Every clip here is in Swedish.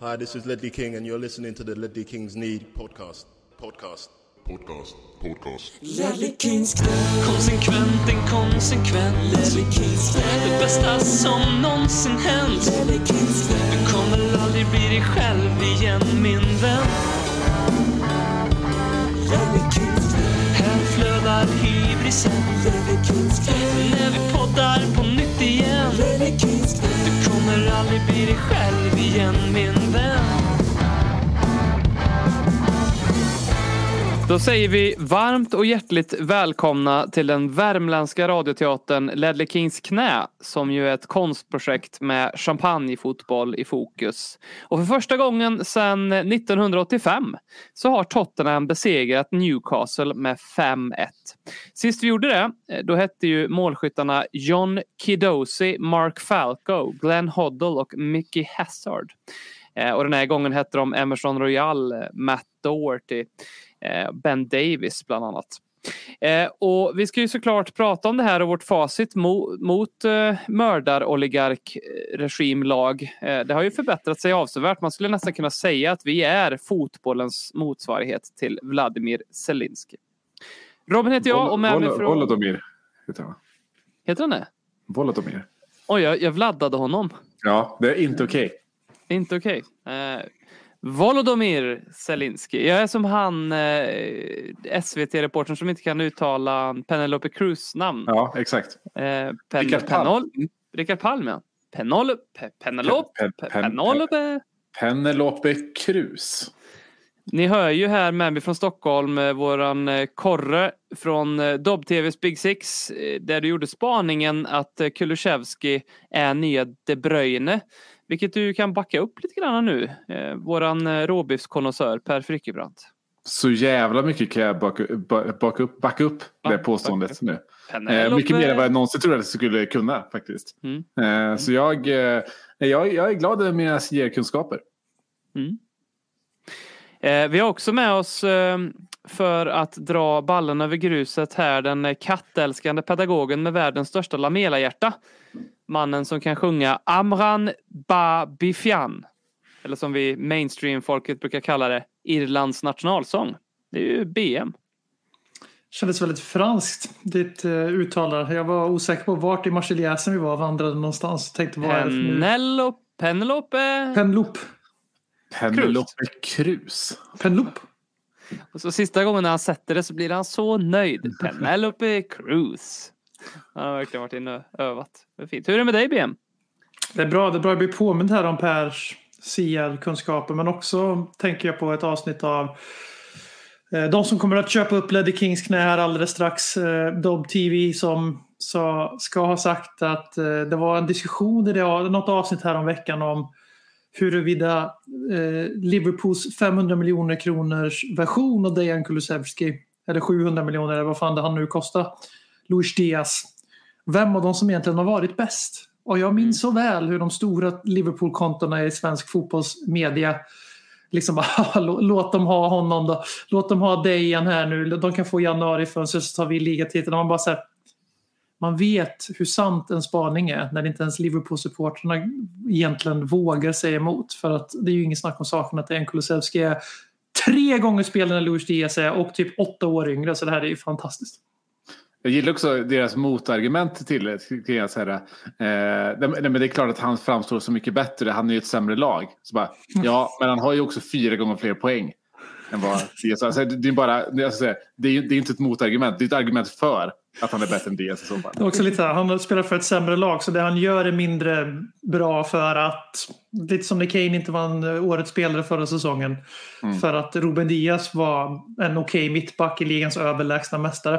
Hi, this is Ledley King and you're listening to the Ledley Kings Need podcast. Ledley Kings knä. Konsekvent, inkonsekvent. Ledley Kings knä. Det bästa som någonsin hänt. Ledley Kings knä. Du kommer aldrig bli dig själv igen, min vän. Ledley Kings knä. Här flödar hybrisen. Ledley Kings knä. När vi poddar på nytt igen. Ledley Kings knä. Du kommer aldrig bli dig själv igen, min vän. Då säger vi varmt och hjärtligt välkomna till den värmländska radioteatern Ledley Kings knä, som ju är ett konstprojekt med champagnefotboll i fokus. Och för första gången sedan 1985 så har Tottenham besegrat Newcastle med 5-1. Sist vi gjorde det, då hette ju målskyttarna John Kidosi, Mark Falco, Glenn Hoddle och Mickey Hazard. Och den här gången hette de Emerson Royal, Matt Doherty, Ben Davis bland annat. Och vi ska ju såklart prata om det här och vårt facit mot mördaroligarkregimlag. Det har ju förbättrat sig avsevärt. Man skulle nästan kunna säga att vi är fotbollens motsvarighet till Vladimir Zelensky. Robin heter jag och med mig från... Volodymyr Heter han det? Volodymyr. Oj, jag vladdade honom. Ja, det är inte okej. Inte okej. Volodymyr Zelensky. Jag är som han SVT-reportern som inte kan uttala Penelope Cruz namn. Ja, exakt. Rickard Palm, ja. Penelope Cruz. Ni hör ju här med mig från Stockholm våran Korre från Dobb-TVs Big Six, där du gjorde spaningen att Kulusevski är nya De Bruyne. Vilket du kan backa upp lite grann nu. Våran råbiffskonnässör Per Frickebrant. Så jävla mycket kan jag backa upp det påståendet nu. Mycket mer än vad jag någonsin trodde att jag skulle kunna faktiskt. Så jag är glad över mina kunskaper. Vi har också med oss för att dra ballen över gruset här den kattälskande pedagogen med världens största lamela-hjärta. Mannen som kan sjunga Amran Babifian. Eller som vi mainstream-folket brukar kalla det, Irlands nationalsång. Det är ju BM. Kändes väldigt franskt, ditt uttal. Jag var osäker på vart i Marseljäsen vi var, vandrade någonstans. Tänkte, Penelope Cruz. Och så sista gången när han sätter det så blir han så nöjd. Penelope Cruz. Han har verkligen varit inne och övat. Det är fint. Hur är det med dig, BM? Det är bra att bli påmind här om Pers CL-kunskaper. Men också tänker jag på ett avsnitt av de som kommer att köpa upp Ledley Kings knä här alldeles strax. Dobb TV som ska ha sagt att det var en diskussion i något avsnitt här om veckan om huruvida Liverpools 500 miljoner kronors version av Dejan Kulusevski, eller 700 miljoner eller vad fan det han nu kostar, Luis Diaz, vem av dem som egentligen har varit bäst. Och jag minns så väl hur de stora Liverpool-kontona i svensk fotbollsmedia liksom låt dem ha honom då, låt dem ha Dejan här nu, de kan få januari för så tar vi ligatiteln. Man bara så här, man vet hur sant en spaning är när inte ens Liverpool-supporterna egentligen vågar säga emot. För att det är ju ingen snack om saken att Dejan Kulusevski är 3 gånger spelare än Luis Diaz är och typ 8 år yngre. Så det här är ju fantastiskt. Jag gillar också deras motargument till det. Men det är klart att han framstår så mycket bättre. Han är ju ett sämre lag. Så bara, ja, men han har ju också 4 gånger fler poäng än vad Diaz. Alltså, det är inte ett motargument. Det är ett argument för att han är bättre än Diaz i så fall. Det är också lite, han spelar för ett sämre lag, så det han gör är mindre bra för att, lite som när Kane inte vann årets spelare förra säsongen, för att Ruben Diaz var en okej mittback i ligans överlägsna mästare.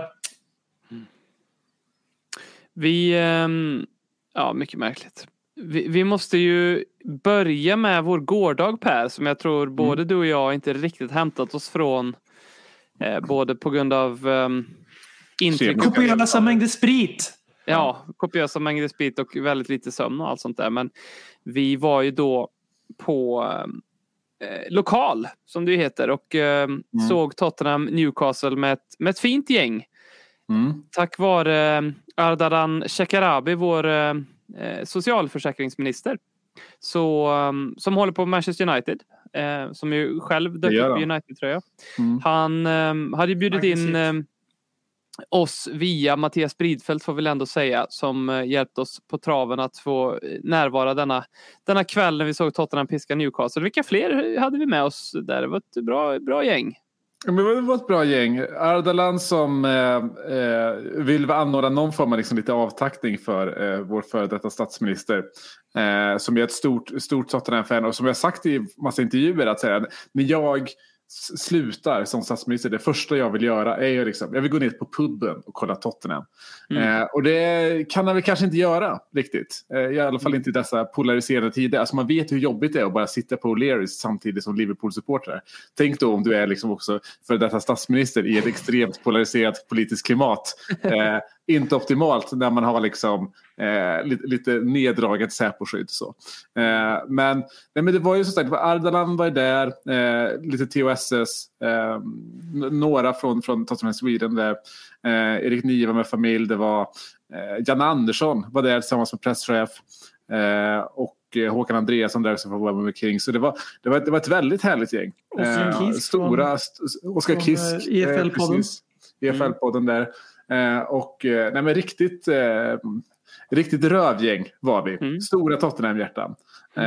Mycket märkligt. Vi måste ju börja med vår gårdag, Per, som jag tror både du och jag inte riktigt hämtat oss från, både på grund av intryck. Kopiösa mängder sprit. Ja, kopiösa mängder sprit och väldigt lite sömn och allt sånt där. Men vi var ju då på lokal, som det heter, och såg Tottenham Newcastle med ett fint gäng. Tack vare Ardalan Shekarabi, vår socialförsäkringsminister. som håller på Manchester United. Som ju själv dök upp i United-tröja. Han hade bjudit in oss via Mattias Bridfeldt, får vi ändå säga, som hjälpt oss på traven att få närvara denna kväll när vi såg Tottenham piska Newcastle. Vilka fler hade vi med oss där? Det var ett bra gäng. Men det var ett bra gäng. Ardalan som vill anordna någon form av liksom lite avtackning för vår före detta statsminister. Som är ett stort Tottenham-fan och som jag sagt i massa intervjuer att säga, när jag slutar som statsminister, det första jag vill göra är ju liksom, jag vill gå ner på puben och kolla Tottenham. Och det kan man väl kanske inte göra riktigt. I alla fall inte i dessa polariserade tider. Alltså man vet hur jobbigt det är att bara sitta på O'Learys samtidigt som Liverpool-supportrar. Tänk då om du är liksom också för detta statsminister i ett extremt polariserat politiskt klimat. Inte optimalt när man har liksom lite neddraget säposkydd så. Men det var ju så sagt, Ardalan var där, lite TOSS, några från Tottenham Sweden där, Erik Niva med familj, det var Jan Andersson var där tillsammans med presschef, och Håkan Andreasson där också från Webber King, så det var ett väldigt härligt gäng. Stora Oskar Kisk, EFL-podden. EFL-podden där. Riktigt rövgäng var vi. Stora Tottenham-hjärtan.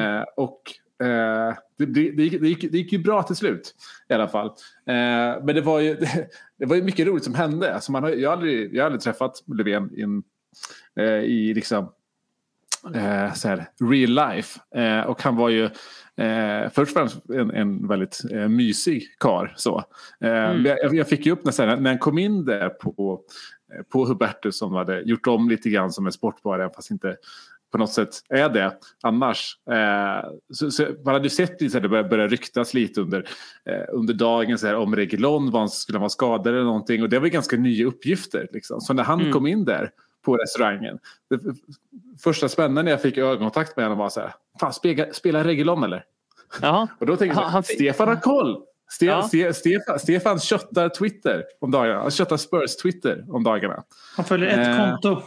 Det gick ju bra till slut i alla fall. Men det var ju mycket roligt som hände. Alltså jag har aldrig träffat Löfven i liksom så här real life. Och han var ju först och främst en väldigt mysig karl så. Jag fick ju upp när han kom in där på Hubertus som hade gjort om lite grann som en sportbar, fast inte på något sätt är det annars. Så man hade ju sett lite, det började ryktas lite under dagen så här, om Reguilon skulle vara skadad eller någonting, och det var ganska nya uppgifter liksom. Så när han kom in där på restaurangen, första spännande jag fick ögonkontakt med honom var så här, fan, spela Reguilon eller? Jaha. Och då tänkte jag, Stefan har koll. Stefan köttar Twitter om dagarna. Han köttar Spurs Twitter om dagarna. Han följer ett konto.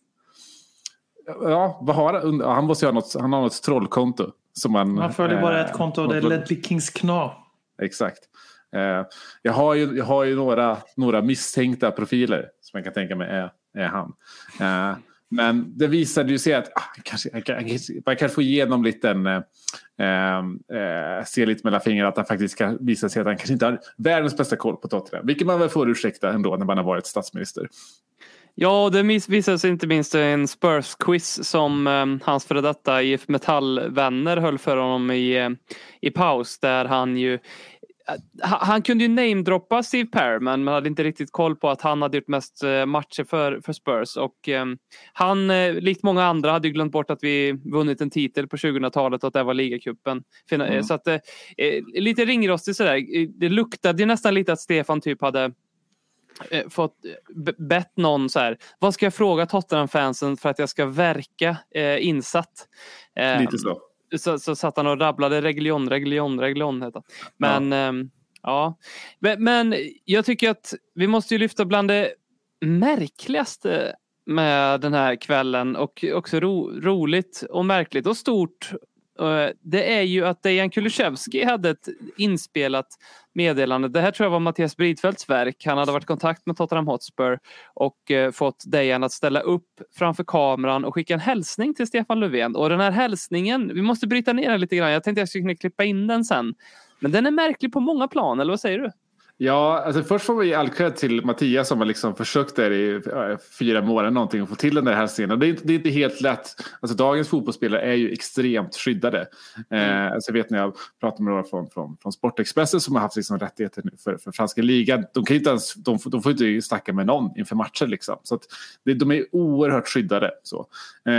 Ja, vad har han? Han måste ha han har något trollkonto som han följer bara ett konto, och det är Ledley Kings kna. Exakt. Jag har ju några misstänkta profiler som jag kan tänka mig är han. Men det visade ju sig att man kan få igenom lite se lite mellan fingrarna att han faktiskt kan visa sig att han kanske inte har världens bästa koll på Tottenham. Vilket man väl får ursäkta ändå när man har varit statsminister. Ja, det visade sig inte minst en Spurs-quiz som hans före detta IF Metall-vänner höll för honom i paus, där han kunde ju namedroppa Steve Perry, men man hade inte riktigt koll på att han hade gjort mest matcher för Spurs, och han, likt många andra, hade ju glömt bort att vi vunnit en titel på 2000-talet och att det var ligacupen. Så att lite ringrostigt sådär. Det luktade ju nästan lite att Stefan typ hade fått bett någon så här, vad ska jag fråga Tottenham-fansen för att jag ska verka insatt? Lite så satt han och rabblade Reguilon heter. Men ja. Men jag tycker att vi måste ju lyfta bland det märkligaste med den här kvällen, och också roligt och märkligt och stort. Det är ju att Dejan Kulusevski hade ett inspelat meddelande. Det här tror jag var Mattias Bridfeldts verk. Han hade varit i kontakt med Tottenham Hotspur och fått Dejan att ställa upp framför kameran och skicka en hälsning till Stefan Löfven. Och den här hälsningen, vi måste bryta ner den lite grann. Jag tänkte jag skulle kunna klippa in den sen. Men den är märklig på många plan, eller vad säger du? Ja, alltså först får vi all cred till Mattias som har liksom försökt där i 4 månader någonting att få till den där här scenen. Det är inte helt lätt. Alltså dagens fotbollsspelare är ju extremt skyddade. Alltså jag vet när jag pratar med några från Sportexpressen som har haft liksom rättigheter för franska ligan. De kan inte ens, de får inte snacka med någon inför matcher liksom. Så att de är oerhört skyddade så.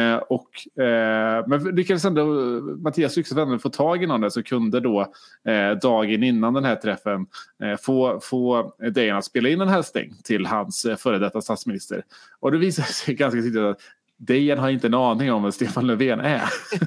Men lyckades ändå Mattias Lyxvänner få tag i någon där, så kunde då dagen innan den här träffen få Dejan att spela in en hälsning till hans före detta statsminister. Och det visar sig ganska tidigt att Dejan har inte en aning om vad Stefan Löfven är.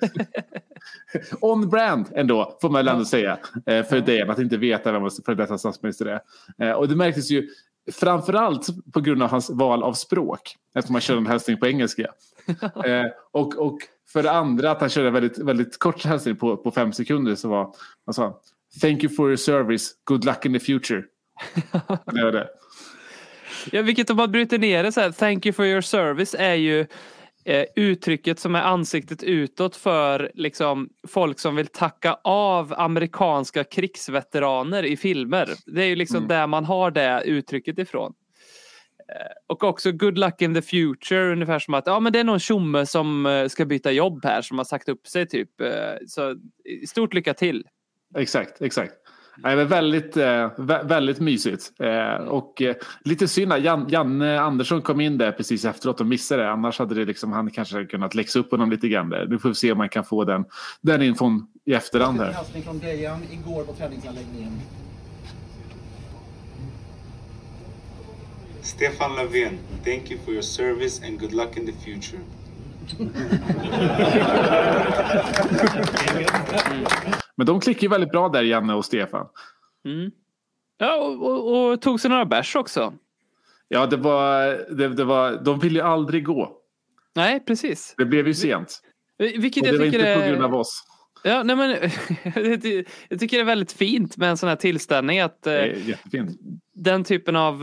On brand ändå, får man ändå säga, för Dejan att inte veta vem före detta statsminister är. Och det märktes ju framförallt på grund av hans val av språk, eftersom man kör en hälsning på engelska. Och För det andra att han körde väldigt, väldigt kort hälsning på 5 sekunder så var han sa thank you for your service, good luck in the future. Det var det. Ja, vilket om man bryter ner det så här, thank you for your service är ju uttrycket som är ansiktet utåt för liksom folk som vill tacka av amerikanska krigsveteraner i filmer. Det är ju liksom där man har det uttrycket ifrån. Och också good luck in the future, ungefär som att men det är någon tjomme som ska byta jobb här som har sagt upp sig typ. Så stort lycka till. Exakt. Det var väldigt, väldigt mysigt. Och lite synd att Janne Andersson kom in där precis efteråt och missade det. Annars hade det liksom, han kanske kunnat läxa upp honom lite grann där. Nu får vi se om man kan få den infon i efterhand här. En hälsning från Dejan igår på träningsanläggningen. Stefan Löfven, thank you for your service and good luck in the future. Men de klickar ju väldigt bra där, Janne och Stefan. Ja, och tog sig några bärs också. Ja, det var de ville ju aldrig gå. Nej, precis. Det blev ju sent. Vilket och det var inte på grund av oss. Ja, nej men jag tycker det är väldigt fint med en sån här tillställning att den typen av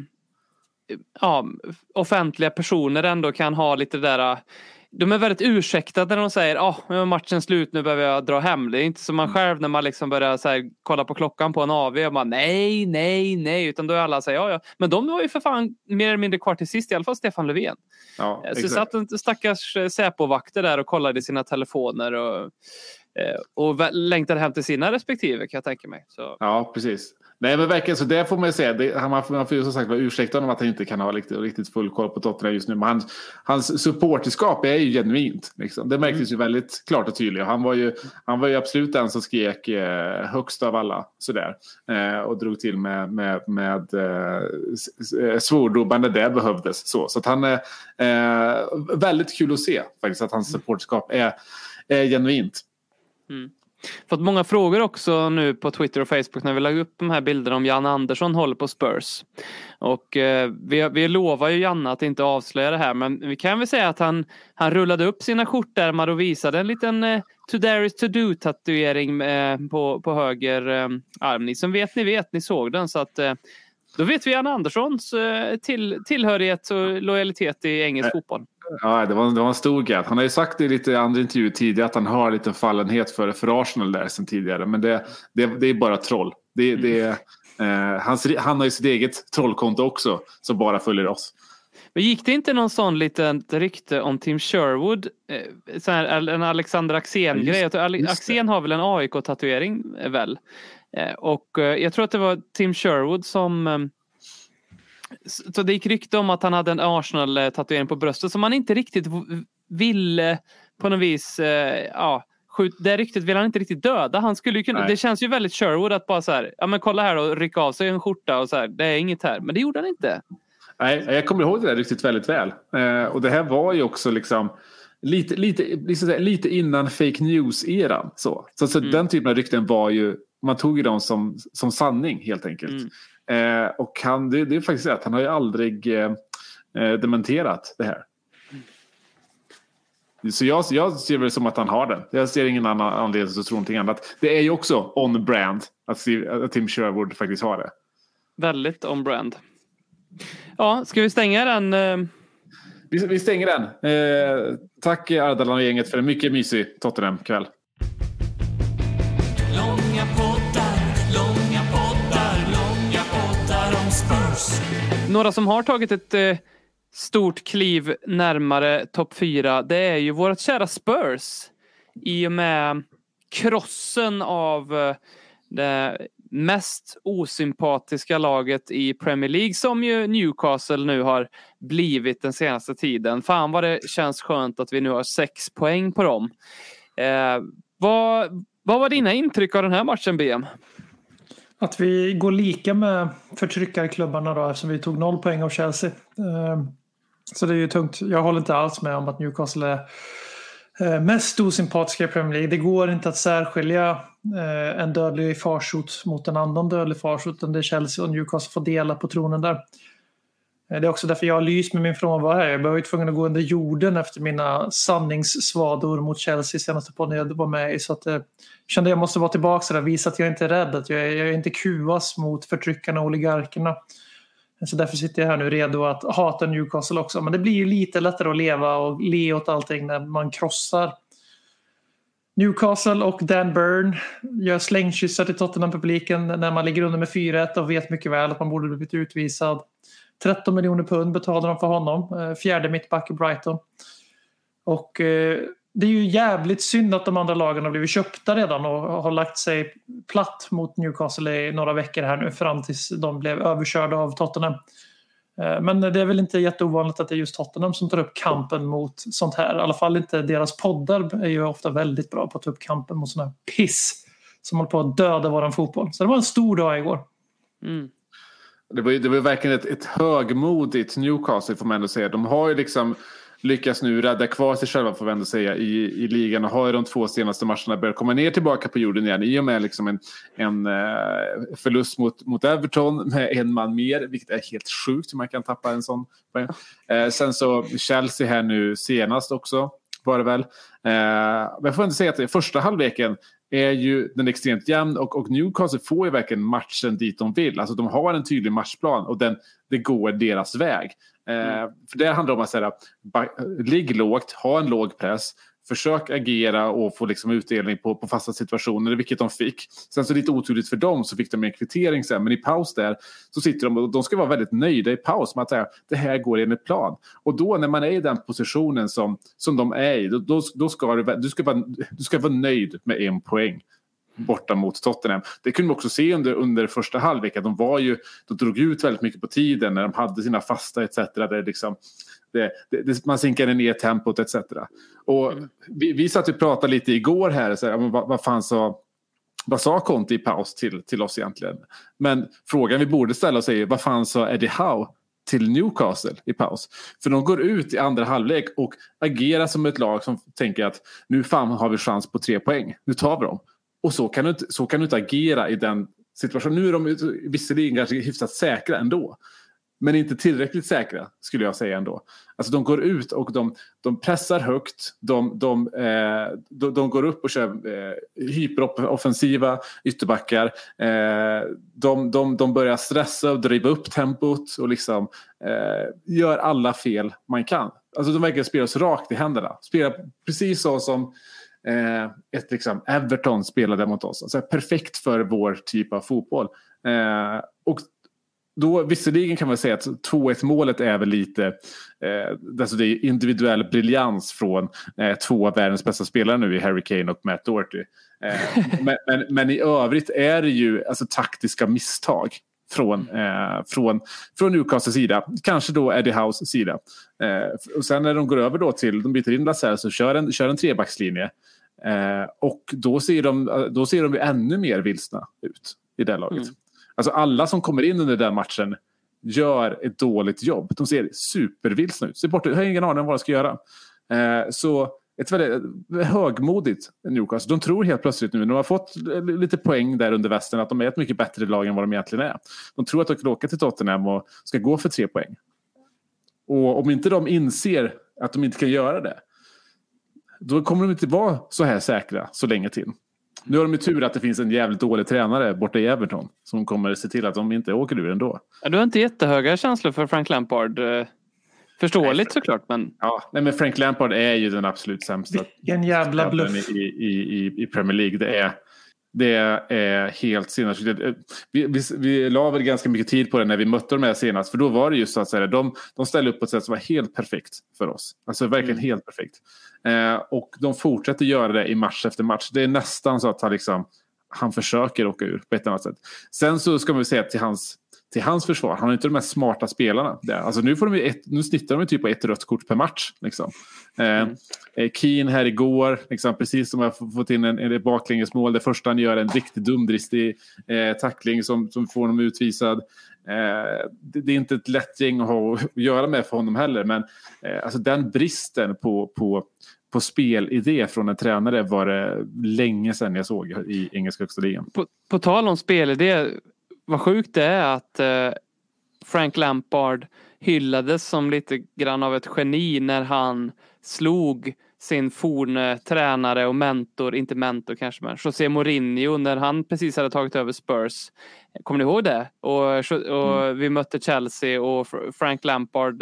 offentliga personer ändå kan ha lite där. De är väldigt ursäktade när de säger matchen slut, nu behöver jag dra hem. Det är inte som man själv när man liksom börjar så här, kolla på klockan på en AV och man nej, utan då är alla säger ja. Men de var ju för fan mer eller mindre kvar till sist, i alla fall Stefan Löfven. Ja, så satt en stackars Säpo-vakter där och kollade sina telefoner och längtade hem till sina respektive, kan jag tänka mig. Så. Ja, precis. Nej, men verkligen så det får man ju säga. Man får ju som sagt vara ursäkta om att han inte kan ha riktigt full koll på Tottenham just nu. Men hans supporterskap är ju genuint. Liksom. Det märktes ju väldigt klart och tydligt. Han var ju absolut den som skrek högst av alla. Sådär. Och drog till med svordomar när det behövdes. Så att han är väldigt kul att se faktiskt att hans supporterskap är genuint. Fått många frågor också nu på Twitter och Facebook när vi lagt upp de här bilderna om Jan Andersson håller på Spurs. Och vi lovar ju Janne att inte avslöja det här, men vi kan väl säga att han rullade upp sina skjortärmar och visade en liten To Dare Is To Do tatuering på höger arm. Ni som vet, ni såg den, så att då vet vi Jan Anderssons tillhörighet och lojalitet i engelsk fotboll. Ja, det var en stor grej. Han har ju sagt i lite andra intervjuer tidigare att han har lite fallenhet för Arsenal där sen tidigare. Men det är bara troll. Han har ju sitt eget trollkonto också som bara följer oss. Men gick det inte någon sån liten rykte om Tim Sherwood? Så här, en Alexander Axén-grej. Axén har väl en AIK-tatuering väl? Och jag tror att det var Tim Sherwood som... Så det gick rykte om att han hade en Arsenal-tatuering på bröstet som han inte riktigt ville på något vis, det ryktet vill han inte riktigt döda. Han skulle ju kunna, det känns ju väldigt Sherwood att bara så här, men kolla här och rycka av sig en skjorta och så här, det är inget här. Men det gjorde han inte. Nej, jag kommer ihåg det där riktigt väldigt väl. Och det här var ju också liksom lite innan fake news-eran. Så den typen av rykten var ju, man tog ju dem som sanning helt enkelt. Och det är faktiskt att han har ju aldrig dementerat det här. Så jag ser väl som att han har den. Jag ser ingen annan anledning att tro någonting annat. Det är ju också on brand att Tim Sherwood faktiskt har det. Väldigt on brand. Ja, ska vi stänga den? Vi stänger den. Tack Ardalan och gänget för en mycket mysig Tottenham-kväll. Långa poddar om Spurs. Några som har tagit ett stort kliv närmare topp 4, det är ju vårt kära Spurs. I och med krossen av det mest osympatiska laget i Premier League, som ju Newcastle nu har blivit den senaste tiden. Fan vad det känns skönt att vi nu har 6 poäng på dem. Vad var dina intryck av den här matchen, BM? Att vi går lika med förtryckarklubbarna då, eftersom vi tog 0 poäng av Chelsea. Så det är ju tungt. Jag håller inte alls med om att Newcastle är mest osympatiska i Premier League. Det går inte att särskilja en dödlig farsot mot en annan dödlig farsot. Det är Chelsea och Newcastle får dela på tronen där. Det är också därför jag har lyst med min frånvaro här. Jag var ju tvungen att gå under jorden efter mina sanningssvador mot Chelsea senaste podden jag var med i. Så att kände jag måste vara tillbaka där, visa att jag inte är rädd, att jag är inte kuvas mot förtryckarna och oligarkerna. Så därför sitter jag här nu redo att hata Newcastle också. Men det blir ju lite lättare att leva och le åt allting när man krossar Newcastle, och Dan Burn gör slängkyssar till Tottenham-publiken när man ligger under med 4-1 och vet mycket väl att man borde blivit utvisad. 13 miljoner pund betalar de för honom. Fjärde mittback i Brighton. Och det är ju jävligt synd att de andra lagen har blivit köpta redan och har lagt sig platt mot Newcastle i några veckor här nu fram tills de blev överkörda av Tottenham. Men det är väl inte jätteovanligt att det är just Tottenham som tar upp kampen mot sånt här. I alla fall inte deras poddar är ju ofta väldigt bra på att ta upp kampen mot sån här piss som håller på att döda våran fotboll. Så det var en stor dag igår. Mm. Det var verkligen ett högmodigt Newcastle, får man ändå säga. De har ju liksom lyckas nu rädda kvar sig själva, får vi ändå säga, i ligan, och har ju de 2 senaste matcherna börjat komma ner tillbaka på jorden igen i och med liksom en förlust mot Everton med en man mer, vilket är helt sjukt hur man kan tappa en sån. Sen så Chelsea här nu senast också var det väl. Men jag får inte säga att första halvleken är ju den extremt jämn, och Newcastle får ju verkligen matchen dit de vill. Alltså de har en tydlig matchplan och det går deras väg. För det handlar om att säga, ligg lågt, ha en låg press, försök agera och få liksom utdelning på fasta situationer, vilket de fick. Sen så lite oturligt för dem så fick de en kvittering sen, men i paus där så sitter de och de ska vara väldigt nöjda i paus med att säga det här går enligt plan. Och då när man är i den positionen som de är i, då ska du ska vara nöjd med 1 poäng borta mot Tottenham. Det kunde man också se under första halvlek att de drog ut väldigt mycket på tiden när de hade sina fasta etc. Där liksom man sinkade ner tempot etc. Och vi satt och pratade lite igår här så här, vad sa Conte i paus till oss egentligen? Men frågan vi borde ställa oss är, vad fan sa Eddie Howe till Newcastle i paus? För de går ut i andra halvlek och agerar som ett lag som tänker att nu fan har vi chans på 3 poäng. Nu tar vi dem. Och så kan du inte agera i den situationen. Nu är de visserligen ganska hyfsat säkra ändå. Men inte tillräckligt säkra, skulle jag säga ändå. Alltså de går ut och de pressar högt. De går upp och kör hyperoffensiva ytterbackar. De börjar stressa och driva upp tempot. Och liksom gör alla fel man kan. Alltså de verkar spela oss rakt i händerna. Spelar precis så som ett liksom Everton spelade mot oss. Alltså perfekt för vår typ av fotboll. Och då visserligen kan man säga att 2-1 målet är väl lite alltså det är individuell briljans från 2 av världens bästa spelare nu i Harry Kane och Matt Doherty. Men i övrigt är det ju alltså taktiska misstag från Newcastles sida. Kanske då Eddie Howes sida. Och sen när de går över då till, de byter in Lascelles så kör en 3-backslinje. Och då ser de ju ännu mer vilsna ut i det laget. Alltså alla som kommer in under den matchen gör ett dåligt jobb. De ser supervilsna ut. Jag har ingen aning om vad de ska göra. Så ett väldigt högmodigt Newcastle. De tror helt plötsligt nu, när de har fått lite poäng där under västen, att de är ett mycket bättre lag än vad de egentligen är. De tror att de kan åka till Tottenham och ska gå för 3 poäng. Och om inte de inser att de inte kan göra det, då kommer de inte vara så här säkra så länge till. Nu har de ju tur att det finns en jävligt dålig tränare borta i Everton som kommer se till att de inte åker ur ändå. Ja, du har inte jättehöga känslor för Frank Lampard. Förståeligt såklart, men... Ja, men Frank Lampard är ju den absolut sämsta. En jävla bluff. I Premier League. Det är helt sinnessjukt. Vi la väl ganska mycket tid på det när vi mötte dem här senast. För då var det just så att säga, de ställde upp på ett sätt som var helt perfekt för oss. Alltså verkligen helt perfekt. Och de fortsätter göra det i match efter match. Det är nästan så att han försöker åka ur på ett annat sätt. Sen så ska man säga till hans försvar, han har inte de här smarta spelarna där. Alltså nu snittar de typ på 1 rött kort per match liksom. Keane här igår liksom, precis som jag fått in en baklängesmål, det första han gör en riktigt dumdristig tackling som får honom utvisad. Det är inte ett lätt gäng att ha att göra med för honom heller, men alltså den bristen på spelidé från en tränare var det länge sedan jag såg i engelska högsta ligan. På tal om spelidé, vad sjukt det är att Frank Lampard hyllades som lite grann av ett geni när han slog sin forne tränare och mentor, inte mentor kanske, men José Mourinho när han precis hade tagit över Spurs. Kommer ni ihåg det? Och vi mötte Chelsea och Frank Lampard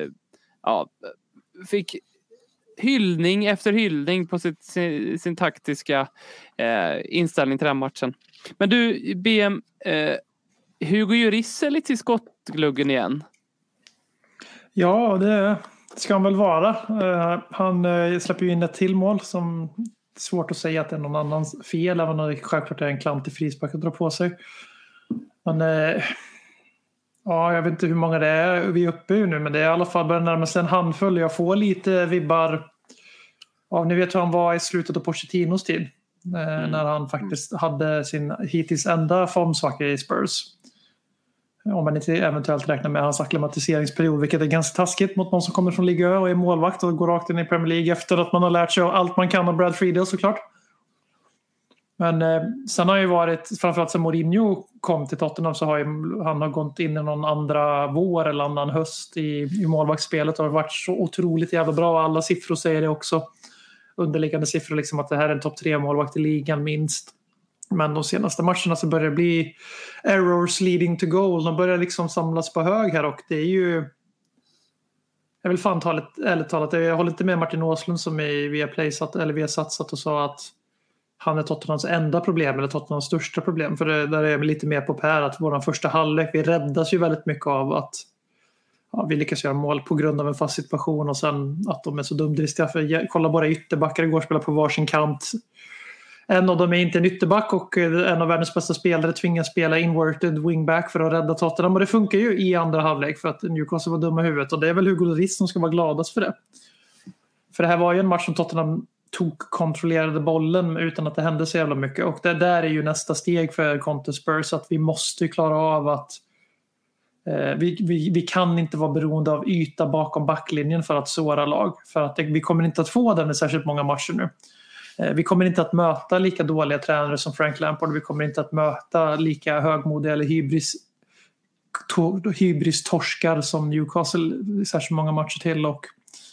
fick hyllning efter hyllning på sin taktiska inställning till den matchen. Men du, BM, Hugo Lloris är lite i skottgluggen igen. Ja, det ska han väl vara. Han släpper ju in ett till mål som svårt att säga att det är någon annans fel, även om det självklart är en klantig frispark att dra på sig. Men jag vet inte hur många det är vi är uppe i nu, men det är i alla fall börjar närma sig en handfull. Jag får lite vibbar av, ni vet hur han var i slutet av Pochettinos tid. När han faktiskt hade sin hittills enda formsvacka i Spurs. Om man inte eventuellt räknar med hans akklimatiseringsperiod, vilket är ganska taskigt mot någon som kommer från Liga Ö och är målvakt och går rakt in i Premier League efter att man har lärt sig allt man kan av Brad Friedel såklart. Men sen har ju varit, framförallt sen Mourinho kom till Tottenham, så har han gått in i någon andra vår eller annan höst i målvaktsspelet och har varit så otroligt jävla bra. Alla siffror säger det också. Underliggande siffror liksom att det här är en topp 3 målvakt i ligan minst. Men de senaste matcherna så börjar det bli errors leading to goal. De börjar liksom samlas på hög här och det är ju... Jag vill fan ärligt talat, jag håller inte med Martin Åslund som är via satsat och sa att han är Tottenhams enda problem eller Tottenhams största problem. För det där är jag lite mer på Per att vår första halvlek, vi räddas ju väldigt mycket av att vi lyckas göra mål på grund av en fast situation och sen att de är så dumdristiga. För kolla bara ytterbackar igår, spelar på varsin kant. En av dem är inte en ytterback och en av världens bästa spelare tvingas spela inverted wingback för att rädda Tottenham. Och det funkar ju i andra halvlek för att Newcastle var dumma i huvudet. Och det är väl Hugo Lloris som ska vara gladast för det. För det här var ju en match som Tottenham kontrollerade bollen utan att det hände så jävla mycket. Och det där är ju nästa steg för Conte Spurs, att vi måste klara av att vi kan inte vara beroende av yta bakom backlinjen för att såra lag. För att vi kommer inte att få den i särskilt många matcher nu. Vi kommer inte att möta lika dåliga tränare som Frank Lampard. Vi kommer inte att möta lika högmodiga eller hybris-torskar som Newcastle i särskilt många matcher till. Och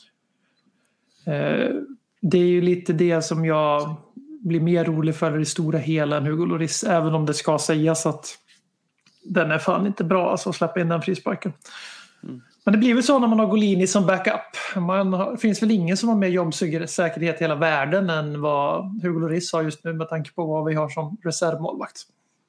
det är ju lite det som jag blir mer rolig för i stora hela än Hugo Lloris. Även om det ska sägas att den är fan inte bra alltså, att släppa in den frisparken. Men det blir väl så när man har Golini som backup. Finns väl ingen som har mer jobbsäkerhet i hela världen än vad Hugo Lloris har just nu med tanke på vad vi har som reservmålvakt.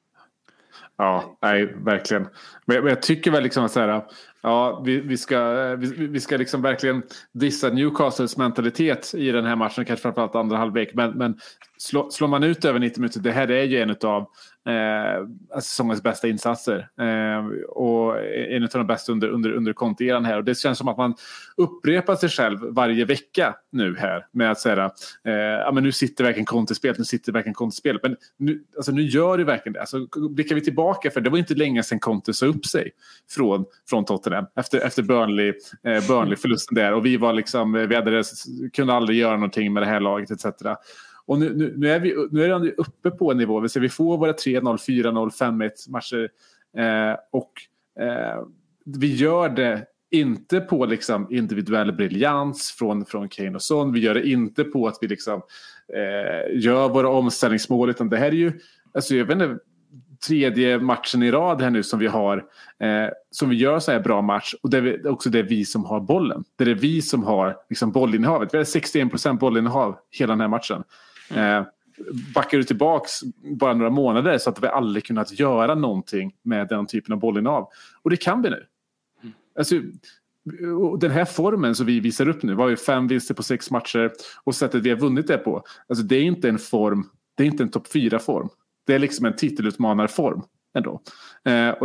Ja, nej, verkligen. Men jag tycker väl liksom så här, ja, vi ska liksom verkligen dissa Newcastles mentalitet i den här matchen, kanske framförallt andra halvlek. Men slår man ut över 90 minuter, det här är ju en av säsongens bästa insatser och en av de bästa under Conte-eran här. Och det känns som att man upprepar sig själv varje vecka nu här med att säga men nu sitter verkligen Conte-spelet, men nu gör det verkligen det. Alltså, blickar vi tillbaka, för det var inte länge sedan Conte sa upp sig från Tottenham efter Burnley-förlusten där, och vi var liksom, kunde aldrig göra någonting med det här laget etc. Och nu är det uppe på en nivå. Vi får våra 3-0, 4-0, 5-1 matcher och vi gör det inte på liksom individuell briljans från Kane och Son. Vi gör det inte på att vi liksom gör våra omställningsmål, utan det här är ju, alltså jag vet inte, tredje matchen i rad här nu som vi har som vi gör så här bra match, och det är också det vi som har bollen. Det är vi som har liksom bollinnehavet. Vi har 61% bollinnehav hela den här matchen. Backar du tillbaks bara några månader så att vi aldrig kunnat göra någonting med den typen av bollinnehav. Och det kan vi nu. Alltså, den här formen som vi visar upp nu, var ju 5 vinster på 6 matcher, och sättet vi har vunnit det på, alltså det är inte en form, det är inte en topp 4-form. Det är liksom en titelutmanarform ändå. Och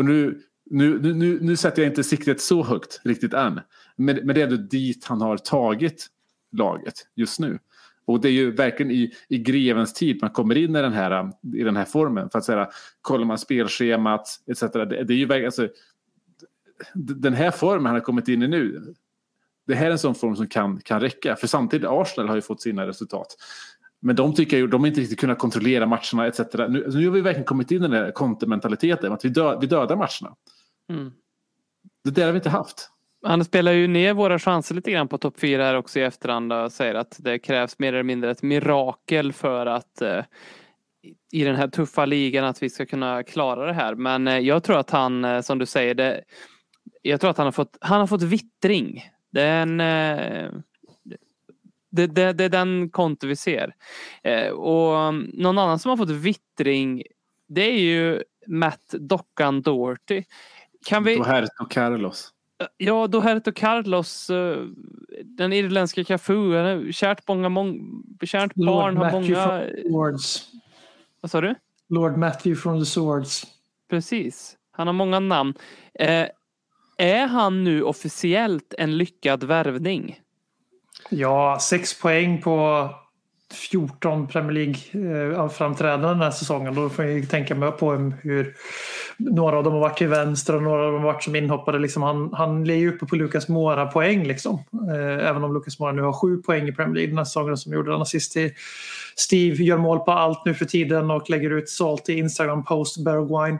nu sätter jag inte siktet så högt riktigt än. Men det är ändå dit han har tagit laget just nu. Och det är ju verkligen i grevens tid man kommer in i den här formen. För att säga, kollar man spelschemat etc. Det är ju verkligen, alltså, den här formen han har kommit in i nu. Det här är en sån form som kan räcka. För samtidigt, Arsenal har ju fått sina resultat. Men de tycker ju, de har inte riktigt kunnat kontrollera matcherna etc. Nu har vi verkligen kommit in i den här kontomentaliteten, att vi dödar matcherna. Det där har vi inte haft. Han spelar ju ner våra chanser lite grann på topp 4 här också i efterhand och säger att det krävs mer eller mindre ett mirakel för att i den här tuffa ligan att vi ska kunna klara det här. Men jag tror att han, som du säger, jag tror att han har fått vittring. Det är den konto vi ser. Och någon annan som har fått vittring, det är ju Matt Dockan Doherty. Kan vi... Doherty Carlos. Ja, Doherty Carlos, den irländska Cafu, kärt barn har många... Vad sa du? Lord Matthew from the Swords. Precis. Han har många namn. Är han nu officiellt en lyckad värvning? Ja, 6 poäng på 14 Premier League-framträdanden den här säsongen. Då får jag tänka mig på hur några av dem har varit till vänster och några av dem har varit som inhoppade. Liksom han ligger ju uppe på Lucas Moura-poäng. Liksom. Även om Lucas Moura nu har 7 poäng i Premier League den här säsongen som gjorde den assist till Steve. Gör mål på allt nu för tiden och lägger ut salt i Instagram-post Bergwijn.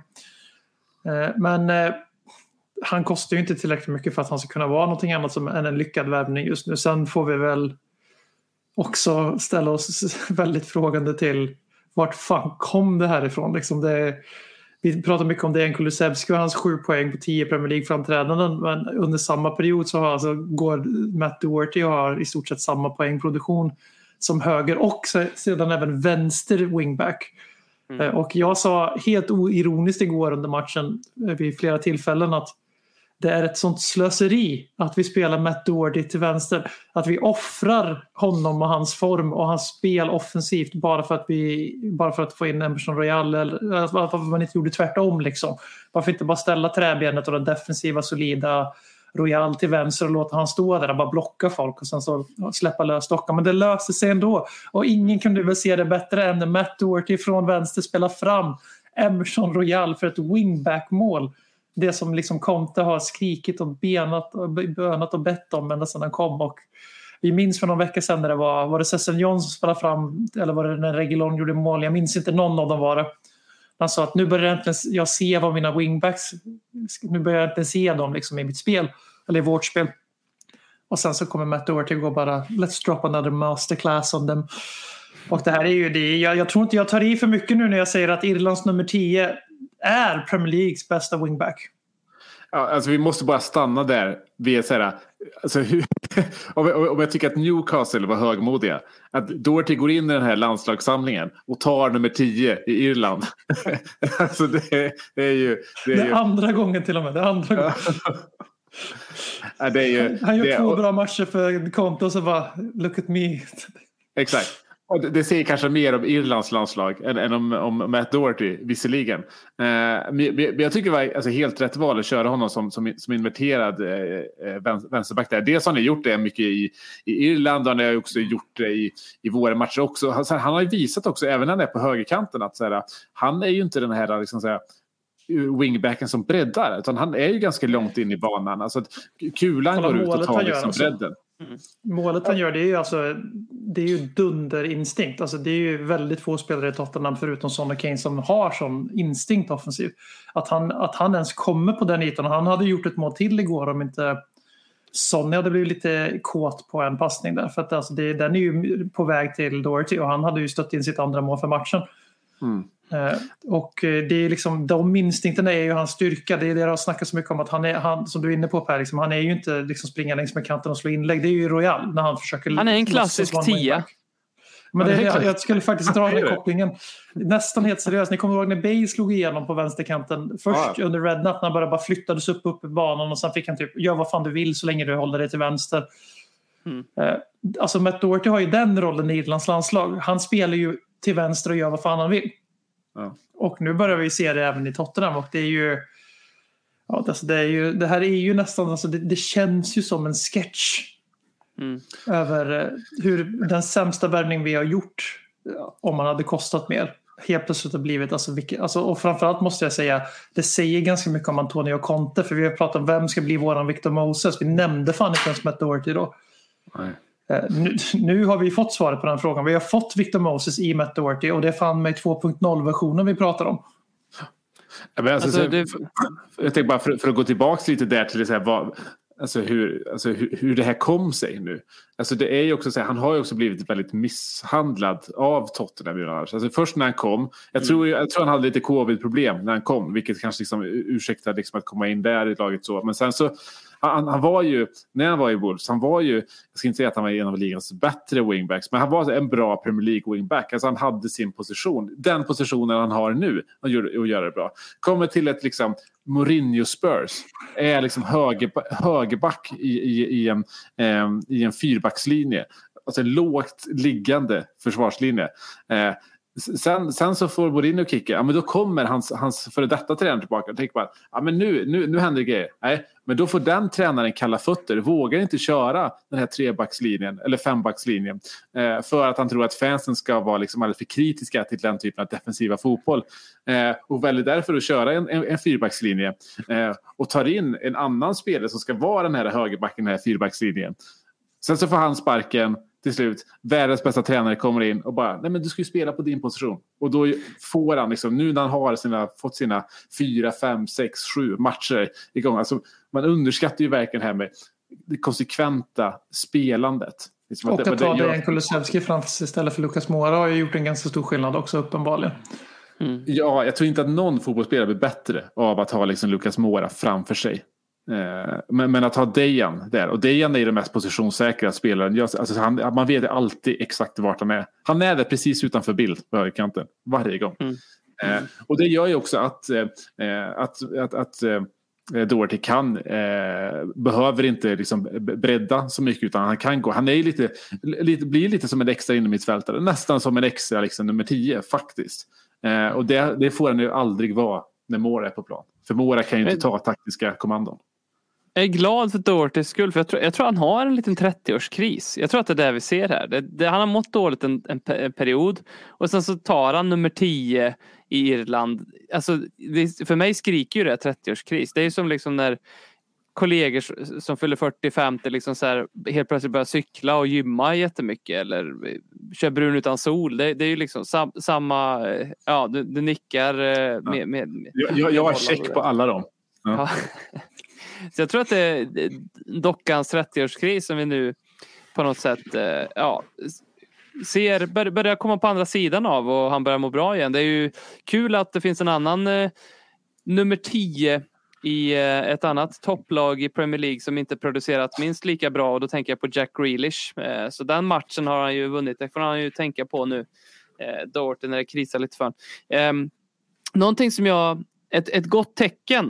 Men han kostar ju inte tillräckligt mycket för att han ska kunna vara någonting annat än en lyckad värvning just nu. Sen får vi väl också ställa oss väldigt frågande till vart fan kom det här ifrån. Liksom vi pratar mycket om Dejan Kulusevski och hans 7 poäng på 10 Premier League-framträdanden, men under samma period så går Matt Doherty och har i stort sett samma poängproduktion som höger och sedan även vänster wingback. Och jag sa helt oironiskt igår under matchen vid flera tillfällen att det är ett sånt slöseri att vi spelar Matt Doherty till vänster. Att vi offrar honom och hans form och hans spel offensivt bara för att få in Emerson Royal. Eller varför man inte gjorde tvärtom liksom. Varför inte bara ställa träbenet och den defensiva solida Royal till vänster och låta han stå där och bara blocka folk och sen så släppa lös stocka. Men det löste sig ändå. Och ingen kunde väl se det bättre än när Matt Doherty från vänster spelar fram Emerson Royal för ett wingback-mål. Det som liksom Conte har skrikit och bönat och bett om ända sedan han kom. Och vi minns för någon vecka sedan när det var det Sessignon som spelade fram, eller var det när Reguilon gjorde mål? Jag minns inte, någon av dem var det. Han sa att nu börjar jag se vad mina wingbacks, nu börjar jag inte se dem liksom i mitt spel, eller i vårt spel. Och sen så kommer Matt Doherty och går bara let's drop another masterclass on them. Och det här är ju det. Jag tror inte jag tar i för mycket nu när jag säger att Irlands nummer 10 är Premier Leagues bästa wingback. Ja, alltså vi måste bara stanna där. Alltså, om jag tycker att Newcastle var högmodiga, att Doherty går in i den här landslagssamlingen och tar nummer 10 i Irland. Alltså det är ju... Det är andra gången till och med. Det är andra gången. Ja, det är ju, han gör 2 bra matcher för Conte och så bara look at me. Exakt. Och det säger kanske mer om Irlands landslag än om Matt Doherty, visserligen. Men jag tycker det var alltså helt rätt val att köra honom som inverterad vänsterback där. Dels har han gjort det mycket i Irland och han har också gjort det i våra matcher också. Han har ju visat också, även när han är på högerkanten, att han är ju inte den här liksom, wingbacken som breddar, utan han är ju ganska långt in i banan. Alltså att kulan går ut och tar liksom bredden. Målet han gör, det är ju dunderinstinkt. Alltså det är ju väldigt få spelare i Tottenham förutom Son och Kane som har sån instinkt offensivt. Att han ens kommer på den ytan. Han hade gjort ett mål till igår om inte Sonny hade blivit lite kåt på en passning där. För att alltså den är ju på väg till Doherty och han hade ju stött in sitt andra mål för matchen. Och det är liksom, de instinkterna är ju hans styrka. Det är det jag har snackat så mycket om, att han som du är inne på Per, liksom, han är ju inte liksom springa längs med kanten och slå inlägg. Det är ju Royal när han försöker. Han är en klassisk 10. Men jag skulle faktiskt dra den kopplingen nästan helt seriöst. Ni kommer ihåg när Bale slog igenom på vänsterkanten först under Redknapp, när han bara flyttades upp i banan och sen fick han typ gör vad fan du vill så länge du håller dig till vänster. Alltså Matt Doherty har ju den rollen i Irlands landslag. Han spelar ju till vänster och gör vad fan han vill. Och nu börjar vi se det även i Tottenham, och det är ju det här är ju nästan alltså det känns ju som en sketch över hur den sämsta värvning vi har gjort, om man hade kostat mer, helt plötsligt har blivit och framförallt måste jag säga, det säger ganska mycket om Antonio Conte, för vi har pratat om vem ska bli våran Victor Moses. Vi nämnde fan inte ens Matt Doherty då. Nej. Nu har vi fått svaret på den frågan. Vi har fått Victor Moses i Matt Doherty, och det är fan med 2.0-versionen vi pratar om. Men jag tänker bara för att gå tillbaka lite där till det, hur det här kom sig nu. Alltså det är ju också så här, han har ju också blivit väldigt misshandlad av Tottenham. Alltså först när han kom, jag tror han hade lite covid-problem när han kom, vilket kanske liksom ursäktade liksom att komma in där i laget så. Men sen så han var ju, när han var i Wolves, han var ju, jag ska inte säga att han var en av ligans bättre wingbacks, men han var en bra Premier League wingback. Alltså han hade sin position, den positionen han har nu, och gör det bra. Kommer till ett liksom Mourinho Spurs, är liksom högerback i en fyrbackslinje, alltså en lågt liggande försvarslinje. Sen så får Mourinho kicka. Ja, men då kommer hans före detta tränare tillbaka och tänker bara, ja men nu händer det grejer. Nej, men då får den tränaren kalla fötter. Vågar inte köra den här 3-backslinjen eller 5-backslinjen för att han tror att fansen ska vara liksom alldeles för kritiska till den typen av defensiva fotboll. Och väljer därför att köra en 4-backslinje och tar in en annan spelare som ska vara den här högerbacken, den här 4-backslinjen. Sen så får han sparken. Till slut, världens bästa tränare kommer in och bara, nej men du ska ju spela på din position. Och då får han liksom, nu när han har fått sina 4, 5, 6, 7 matcher igång. Alltså man underskattar ju verkligen här med det konsekventa spelandet. Liksom och att ta Dejan Kulusevski framför sig istället för Lucas Moura har ju gjort en ganska stor skillnad också uppenbarligen. Mm. Ja, jag tror inte att någon fotbollsspelare blir bättre av att ha liksom Lucas Moura framför sig. Men att ha Dejan där, och Dejan är den mest positionssäkra spelaren. Alltså man vet alltid exakt vart han är. Han är där precis utanför bild på högerkanten varje gång. Och det gör ju också att Doherty behöver inte liksom bredda så mycket, utan han kan gå. Han är blir lite som en extra innermittfältare, nästan som en extra liksom, nummer 10 faktiskt. Och det får han ju aldrig vara när Moura är på plan. För Moura kan ju inte ta taktiska kommandon. Jag är glad för Dohertys skull, för jag tror han har en liten 30-årskris. Jag tror att det är det vi ser här. Han har mått dåligt en period, och sen så tar han nummer 10 i Irland. Alltså, för mig skriker ju det 30-årskris. Det är ju som liksom när kollegor som fyller 40-50 liksom så här, helt plötsligt börjar cykla och gymma jättemycket eller kör brun utan sol. Det är ju liksom samma, ja, du nickar med jag har check på alla dem. Ja. Så jag tror att det är dockans 30-årskris som vi nu på något sätt ser börjar komma på andra sidan av, och han börjar må bra igen. Det är ju kul att det finns en annan nummer 10 i ett annat topplag i Premier League som inte producerat minst lika bra, och då tänker jag på Jack Grealish. Så den matchen har han ju vunnit. Det får han ju tänka på nu, Doherty, när det krisar lite för han. Någonting som ett gott tecken,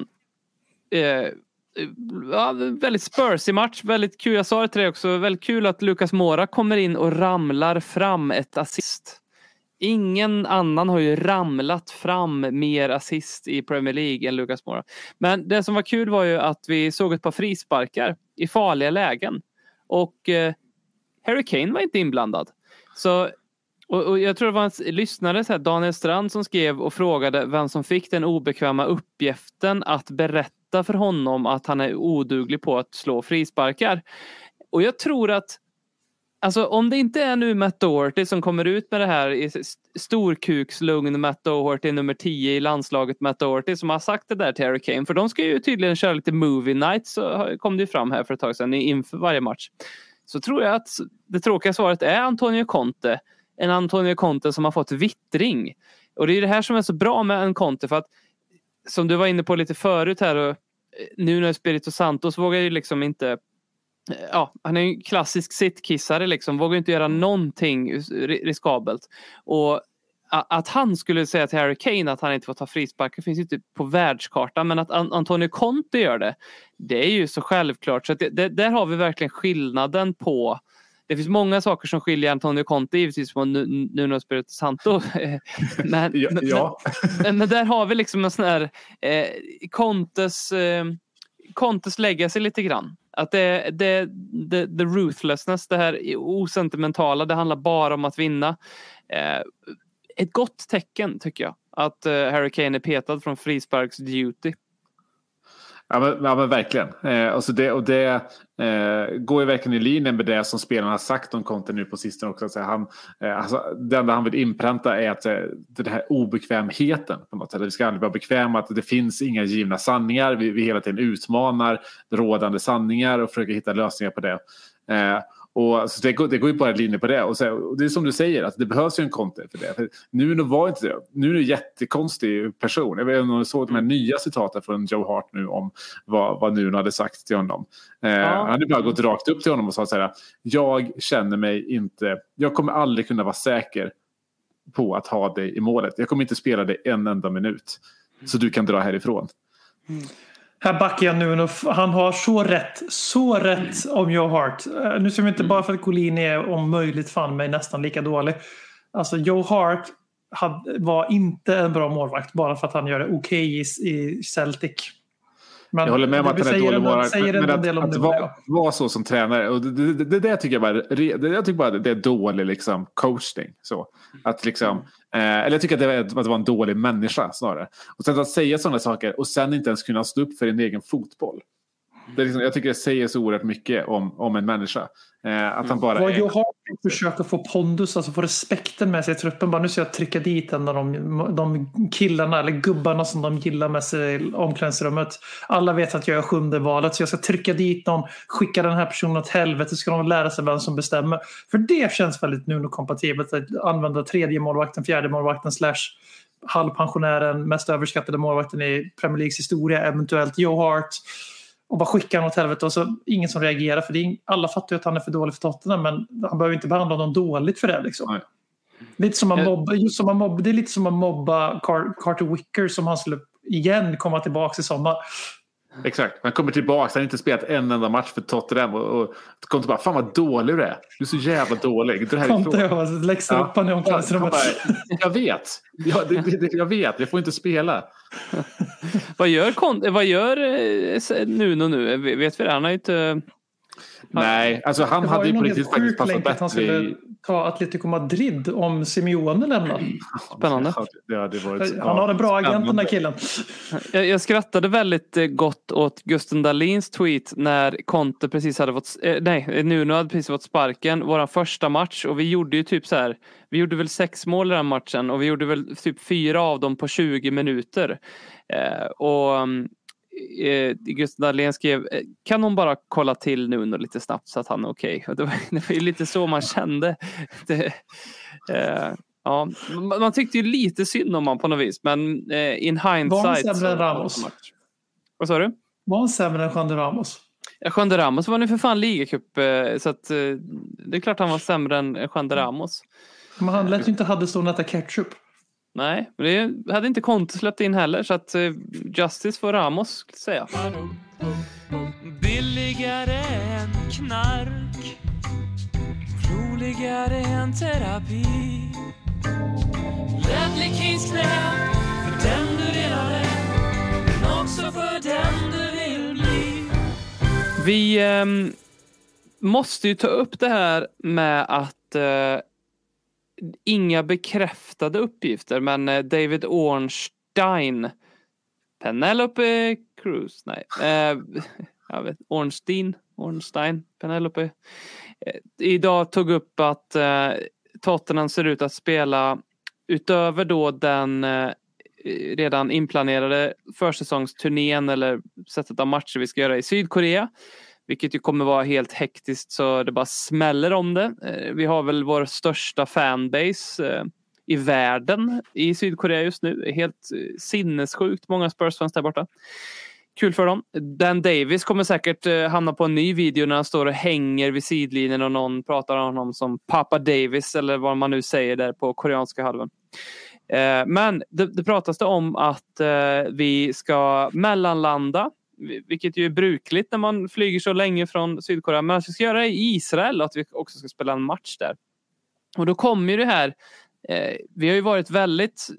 väldigt Spurs i match, väldigt kul, jag sa det till dig också, väldigt kul att Lucas Moura kommer in och ramlar fram ett assist. Ingen annan har ju ramlat fram mer assist i Premier League än Lucas Moura. Men det som var kul var ju att vi såg ett par frisparkar i farliga lägen, och Harry Kane var inte inblandad. Så, och jag tror det var en lyssnare så här, Daniel Strand, som skrev och frågade vem som fick den obekväma uppgiften att berätta för honom att han är oduglig på att slå frisparkar. Och jag tror att, alltså, om det inte är nu Matt Doherty som kommer ut med det här i storkukslugn, Matt Doherty nummer 10 i landslaget, Matt Doherty som har sagt det där till Harry Kane, för de ska ju tydligen köra lite movie night, så kom det ju fram här för ett tag sedan inför varje match. Så tror jag att det tråkiga svaret är Antonio Conte. En Antonio Conte som har fått vittring. Och det är det här som är så bra med en Conte, för att som du var inne på lite förut här, och nu när Espirito Santos vågar ju liksom inte, ja, han är en klassisk sittkissare liksom, vågar inte göra någonting riskabelt. Och att han skulle säga till Harry Kane att han inte får ta frisparkar finns ju inte på världskartan, men att Antonio Conte gör det är ju så självklart, så att där har vi verkligen skillnaden på. Det finns många saker som skiljer Antonio Conte givetvis från Nuno Espirito Santo. Men där har vi liksom en sån här Contes legacy lite grann. Att the ruthlessness, det här osentimentala, det handlar bara om att vinna. Ett gott tecken tycker jag att Harry Kane är petad från frisparks duty. Ja men verkligen. Det går ju verkligen i linje med det som spelarna har sagt om Conte nu på sistone också. Det enda han vill inpränta är att den här obekvämheten på något sätt. Vi ska aldrig vara bekväma, att det finns inga givna sanningar. Vi hela tiden utmanar rådande sanningar och försöker hitta lösningar på det. Och så det går ju bara en linje på det. Och det är som du säger, att det behövs ju en Conte för det. För Nuno var inte det. Nu är det en jättekonstig person. Jag vet inte om du såg de här nya citaten från Joe Hart nu om vad Nuno hade sagt till honom. Han hade bara gått rakt upp till honom och sa så här: jag känner mig inte, jag kommer aldrig kunna vara säker på att ha dig i målet. Jag kommer inte spela dig en enda minut. Så du kan dra härifrån. Här backar jag nu. Han har så rätt om Joe Hart. Nu ser vi inte bara för att Golini är om möjligt fan mig nästan lika dålig. Alltså Joe Hart var inte en bra målvakt bara för att han gör det okej i Celtic. Men jag håller med om att han är dålig målvakt. Men att vara så som tränare, och det tycker jag bara det är dålig liksom coaching. Så. Att liksom, eller jag tycker att det var en dålig människa snarare. Och sen att säga sådana saker och sen inte ens kunna stå upp för en egen fotboll. Det är liksom, jag tycker det säger så oerhört mycket om en människa. Att han bara jag har försökt få pondus, alltså få respekten med sig i truppen. Bara nu ska jag trycka dit en av de killarna eller gubbarna som de gillar med sig i omklädningsrummet. Alla vet att jag är 7:e valet, så jag ska trycka dit någon, skicka den här personen åt helvete, så ska de lära sig vem som bestämmer. För det känns väldigt Nuno-kompatibelt att använda 3:e målvakten, 4:e målvakten / halvpensionären, mest överskattade målvakten i Premier Leagues historia, eventuellt Joe Hart. Och bara skicka honom åt helvete, och så ingen som reagerar, för alla fattar ju att han är för dålig för Tottenham, men han behöver inte behandla dem dåligt för det liksom. Lite som det är lite som att mobba Carter Wicker, som han skulle igen komma tillbaka i sommar. Exakt, han kommer tillbaka, han har inte spelat en enda match för Tottenham och kom tillbaka, fan vad dålig du är. Du är så jävla dålig. Jag läxar upp han i omklädningsrummet. Jag vet. Jag vet, jag får inte spela. Vad gör Nuno nu? Vet vi det? Han har ju inte... Nej, alltså han hade ju på riktigt faktiskt passat bättre. Han skulle ta Atletico Madrid om Simeone lämnar. Spännande. Han har en bra agent, den där killen. Jag skrattade väldigt gott åt Gusten Dahlins tweet när Conte precis hade fått... Nuno hade precis fått sparken. Vår första match. Och vi gjorde ju typ så här... Vi gjorde väl 6 mål i den matchen. Och vi gjorde väl typ 4 av dem på 20 minuter. Gustav Dahlén skrev, kan hon bara kolla till Nuno lite snabbt så att han är okej. Det var ju lite så man kände. Ja, man tyckte ju lite synd om man på något vis, men in hindsight... Var han sämre än Ramos? Vad sa du? Var han sämre än Juan de Ramos? Juan de Ramos var nu för fan ligacup, så att det är klart han var sämre än Juan de Ramos. Men han lät ju inte hade stått äta ketchup. Nej, men det hade inte Conte släppt in heller, så att justice för Ramos skulle jag säga. Billigare än knark, roligare än terapi. Ledley Kings knä, för den du redan är, men också för den du vill bli. Vi måste ju ta upp det här med att inga bekräftade uppgifter, men David Ornstein, Penelope Cruz, jag vet, Ornstein, Penelope, idag tog upp att Tottenham ser ut att spela utöver då den redan inplanerade försäsongsturnén eller sättet av matcher vi ska göra i Sydkorea. Vilket ju kommer vara helt hektiskt så det bara smäller om det. Vi har väl vår största fanbase i världen i Sydkorea just nu. Helt sinnessjukt många Spurs-fans där borta. Kul för dem. Dan Davis kommer säkert hamna på en ny video när han står och hänger vid sidlinjen och någon pratar om honom som Papa Davis eller vad man nu säger där på koreanska halvön. Men det pratas det om att vi ska mellanlanda, vilket ju är brukligt när man flyger så länge från Sydkorea, men att vi ska göra det i Israel och att vi också ska spela en match där. Och då kommer ju det här, vi har ju varit väldigt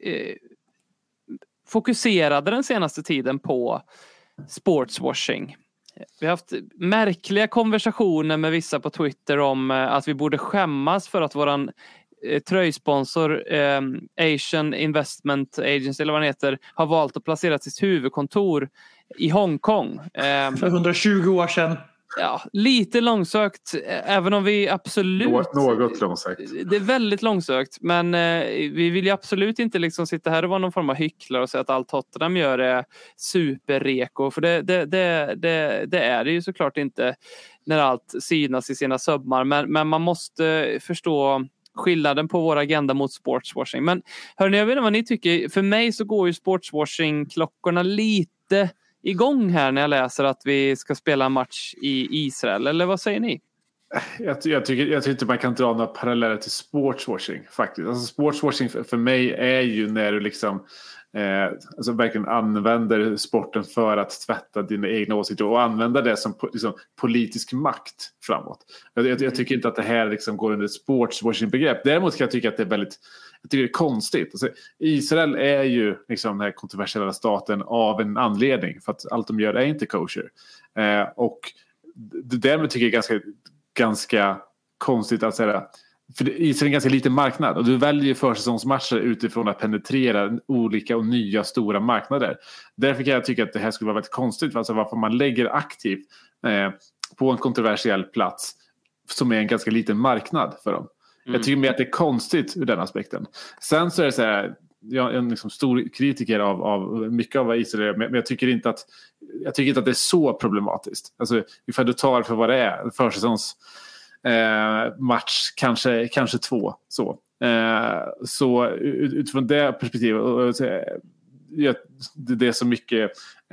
fokuserade den senaste tiden på sportswashing. Vi har haft märkliga konversationer med vissa på Twitter om att vi borde skämmas för att våran tröjsponsor Asian Investment Agency eller vad den heter har valt att placera sitt huvudkontor i Hongkong. För 120 år sedan. Ja, lite långsökt, även om vi absolut... Något långsökt. Det är väldigt långsökt, men vi vill ju absolut inte liksom sitta här och vara någon form av hycklare och säga att allt Tottenham gör är superreko. För det är det ju såklart inte när allt synas i sina sömmar. Men man måste förstå skillnaden på vår agenda mot sportswashing. Men hörni, jag vet inte vad ni tycker. För mig så går ju sportswashing-klockorna lite igång här när jag läser att vi ska spela en match i Israel. Eller vad säger ni? Jag tycker inte man kan dra några paralleller till sportswashing faktiskt. Alltså sportswashing för mig är ju när du liksom alltså verkligen använder sporten för att tvätta dina egna åsikter och använda det som liksom politisk makt framåt. Jag tycker inte att det här liksom går under ett sportswashing-begrepp. Däremot kan jag tycka att det är väldigt konstigt. Alltså, Israel är ju liksom den här kontroversiella staten av en anledning, för att allt de gör är inte kosher. Och därmed tycker jag ganska konstigt att säga. För Israel är en ganska liten marknad och du väljer försäsongsmatcher utifrån att penetrera olika och nya stora marknader. Därför kan jag tycka att det här skulle vara väldigt konstigt, alltså varför man lägger aktivt på en kontroversiell plats som är en ganska liten marknad för dem. Jag tycker mer att det är konstigt ur den aspekten. Sen så är det så här, jag är en liksom stor kritiker av mycket av vad Israel är, men jag tycker inte att det är så problematiskt. Alltså ifall du tar för vad det är, försäsongs match, kanske 2 så utifrån det perspektivet det är så mycket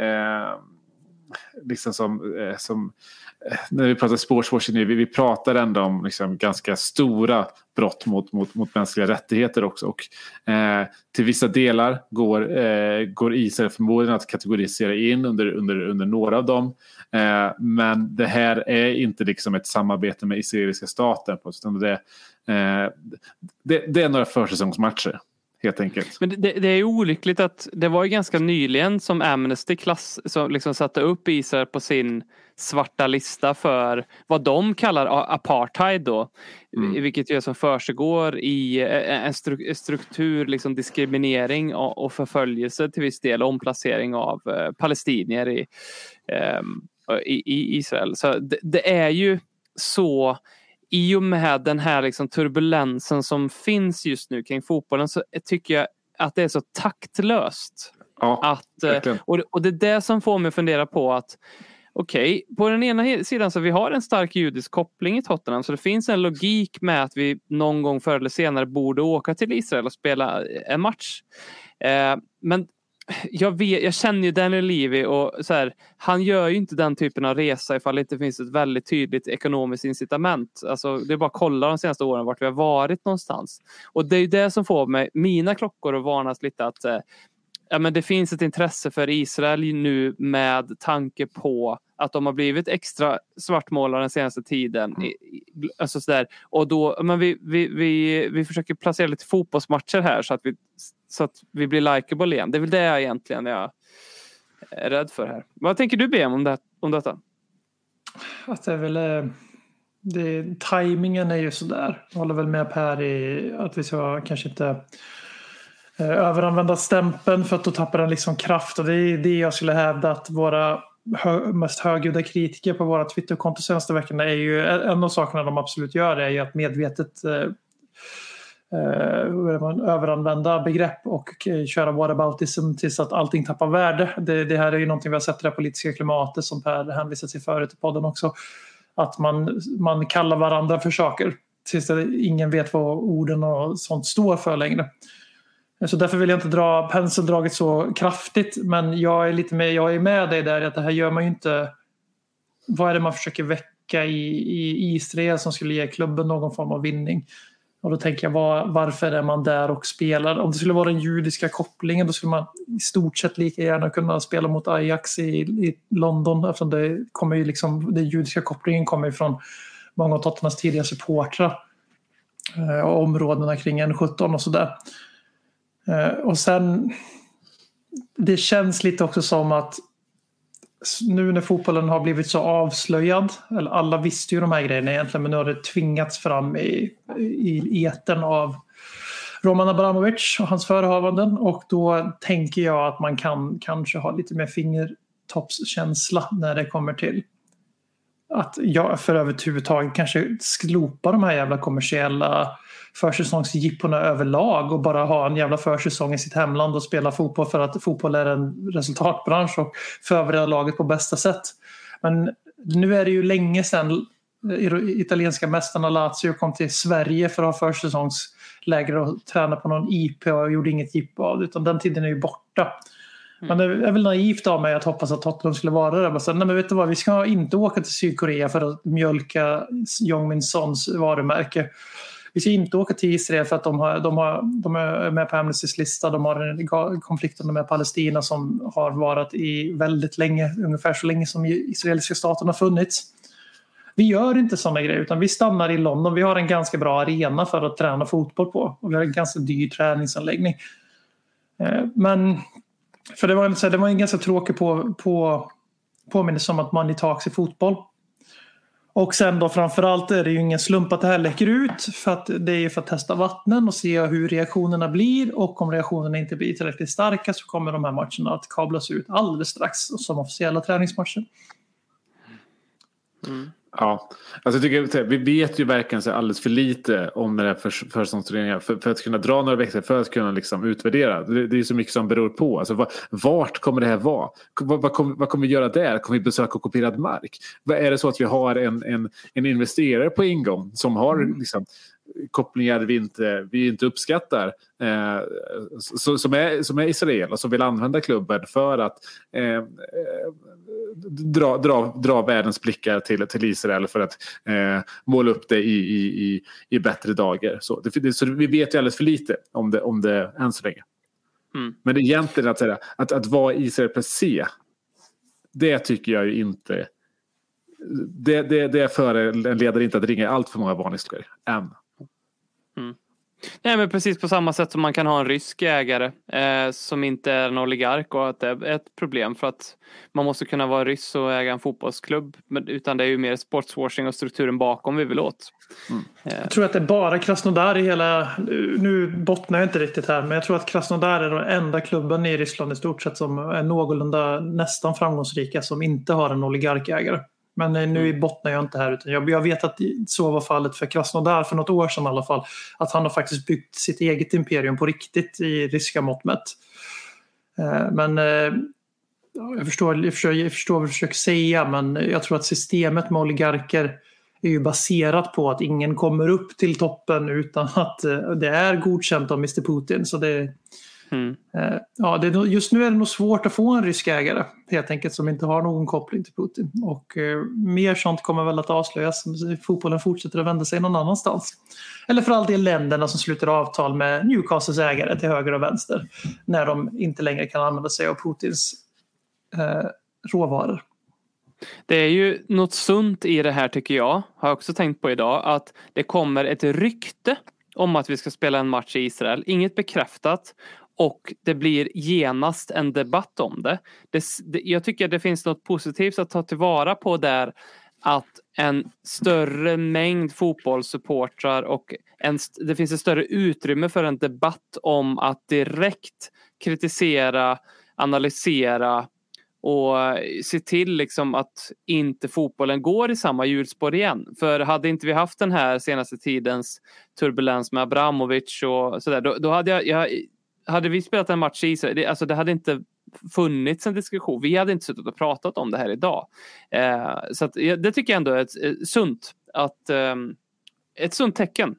liksom som när vi pratar sportswashing, vi pratar ändå om liksom ganska stora brott mot mänskliga rättigheter också, och till vissa delar går Israel förmodligen att kategorisera in under några av dem, men det här är inte liksom ett samarbete med israeliska staten, utan det är några försäsongsmatcher helt enkelt. Men det är ju olyckligt att det var ju ganska nyligen som Amnesty som liksom satte upp Israel på sin svarta lista för vad de kallar apartheid då, vilket ju som försiggår i en struktur liksom diskriminering och förföljelse till viss del, omplacering av palestinier i Israel. Så det är ju så. I och med den här liksom turbulensen som finns just nu kring fotbollen, så tycker jag att det är så taktlöst. Ja, och det är det som får mig fundera på att okej, på den ena sidan så vi har en stark judisk koppling i Tottenham, så det finns en logik med att vi någon gång förr eller senare borde åka till Israel och spela en match. Men jag känner ju Daniel Levy och så här, han gör ju inte den typen av resa ifall det inte finns ett väldigt tydligt ekonomiskt incitament. Alltså det är bara att kolla de senaste åren vart vi har varit någonstans. Och det är ju det som får mig, mina klockor att varnas lite att men det finns ett intresse för Israel nu med tanke på att de har blivit extra svartmålade den senaste tiden. Alltså så där. Och då, men vi försöker placera lite fotbollsmatcher här så att vi blir likeable igen. Det är väl det egentligen jag är rädd för här. Vad tänker du, BM, om detta? Att det är väl... Timingen är ju sådär. Jag håller väl med Per i att vi ska kanske inte överanvända stämpeln, för att då tappar den liksom kraft. Och det är det jag skulle hävda att våra mest högljudda kritiker på våra Twitterkonto senaste veckorna är ju, en av sakerna de absolut gör är ju att medvetet överanvända begrepp och köra whataboutism tills att allting tappar värde. Det här är ju någonting vi har sett i det politiska klimatet som Per hänvisat till förut i podden också. Att man kallar varandra för saker tills ingen vet vad orden och sånt står för längre. Så därför vill jag inte dra penseldraget så kraftigt, men jag är med dig där att det här gör man ju inte. Vad är det man försöker väcka i Israel som skulle ge klubben någon form av vinning? Och då tänker jag, varför är man där och spelar? Om det skulle vara den judiska kopplingen, då skulle man i stort sett lika gärna kunna spela mot Ajax i London, eftersom det kommer ju liksom, den judiska kopplingen kommer ju från många av Tottenhams tidiga supportrar och områdena kring N17 och sådär. Och sen det känns lite också som att nu när fotbollen har blivit så avslöjad, eller alla visste ju de här grejerna egentligen, men nu har det tvingats fram i i etern av Roman Abramovic och hans förehavanden, och då tänker jag att man kan kanske ha lite mer fingertoppskänsla när det kommer till att jag för överhuvudtaget kanske slopa de här jävla kommersiella försäsongsjipporna överlag och bara ha en jävla försäsong i sitt hemland och spela fotboll för att fotboll är en resultatbransch och förbereda laget på bästa sätt. Men nu är det ju länge sedan italienska mästarna Lazio kom till Sverige för att ha försäsongsläger och träna på någon IP och gjorde inget jippo av det, utan den tiden är ju borta. Men det är väl naivt av mig att hoppas att Tottenham skulle vara där. Så, nej, men vet du vad, vi ska inte åka till Sydkorea för att mjölka Jong-Min Sons varumärke. Vi ska inte åka till Israel för att de är med på Amnestys lista. De har en konflikt med Palestina som har varit i väldigt länge, ungefär så länge som israeliska staten har funnits. Vi gör inte sådana grejer, utan vi stannar i London. Vi har en ganska bra arena för att träna fotboll på. Och vi har en ganska dyr träningsanläggning. Men för det var en ganska tråkig påminnelse om att money talks i fotboll. Och sen då framförallt är det ju ingen slump att det här läcker ut, för att det är ju för att testa vattnen och se hur reaktionerna blir, och om reaktionerna inte blir tillräckligt starka så kommer de här matcherna att kablas ut alldeles strax som officiella träningsmatcher. Ja, alltså jag tycker, vi vet ju verkligen så alldeles för lite om det här försäsongsturneringar för att kunna dra några växlar, för att kunna liksom utvärdera. Det är så mycket som beror på. Alltså, vart kommer det här vara? Vad kommer vi göra där? Kommer vi besöka ockuperad mark? Är det så att vi har en investerare på ingång som har liksom kopplingar vi inte uppskattar, som är Israel och som vill använda klubben för att dra världens blickar till Israel för att måla upp det i bättre dagar. Så vi vet ju alldeles för lite om det än så länge. Men det är egentligen att säga att vara Israel per se, det tycker jag ju inte, det för en ledare inte att ringa allt för många varningsklockor än. Nej, men precis på samma sätt som man kan ha en rysk ägare som inte är en oligark, och att det är ett problem för att man måste kunna vara ryss och äga en fotbollsklubb, utan det är ju mer sportswashing och strukturen bakom vi vill åt. Jag tror att det är bara Krasnodar i hela, nu bottnar jag inte riktigt här, men jag tror att Krasnodar är den enda klubben i Ryssland i stort sett som är någorlunda nästan framgångsrika som inte har en oligarkägare. Men nu bottnar jag inte här, utan jag vet att så var fallet för Krasnodar för något år sedan i alla fall. Att han har faktiskt byggt sitt eget imperium på riktigt i ryska mått mätt. Men jag förstår vad du försöker säga, men jag tror att systemet med oligarker är ju baserat på att ingen kommer upp till toppen utan att det är godkänt av Mr. Putin. Så det just nu är det nog svårt att få en rysk ägare helt enkelt som inte har någon koppling till Putin, och mer sånt kommer väl att avslöjas. Fotbollen fortsätter att vända sig någon annanstans, eller för all del länderna som sluter avtal med Newcastles ägare till höger och vänster när de inte längre kan använda sig av Putins råvaror. Det är ju något sunt i det här, tycker jag, har jag också tänkt på idag, att det kommer ett rykte om att vi ska spela en match i Israel, inget bekräftat, och det blir genast en debatt om det. Jag tycker det finns något positivt att ta tillvara på där, att en större mängd fotbollssupportrar och det finns ett större utrymme för en debatt om att direkt kritisera, analysera och se till liksom att inte fotbollen går i samma hjulspår igen. För hade inte vi haft den här senaste tidens turbulens med Abramovic och sådär, då hade vi spelat en match i Israel, alltså det hade inte funnits en diskussion. Vi hade inte suttit och pratat om det här idag. Så att, det tycker jag ändå är ett sunt tecken.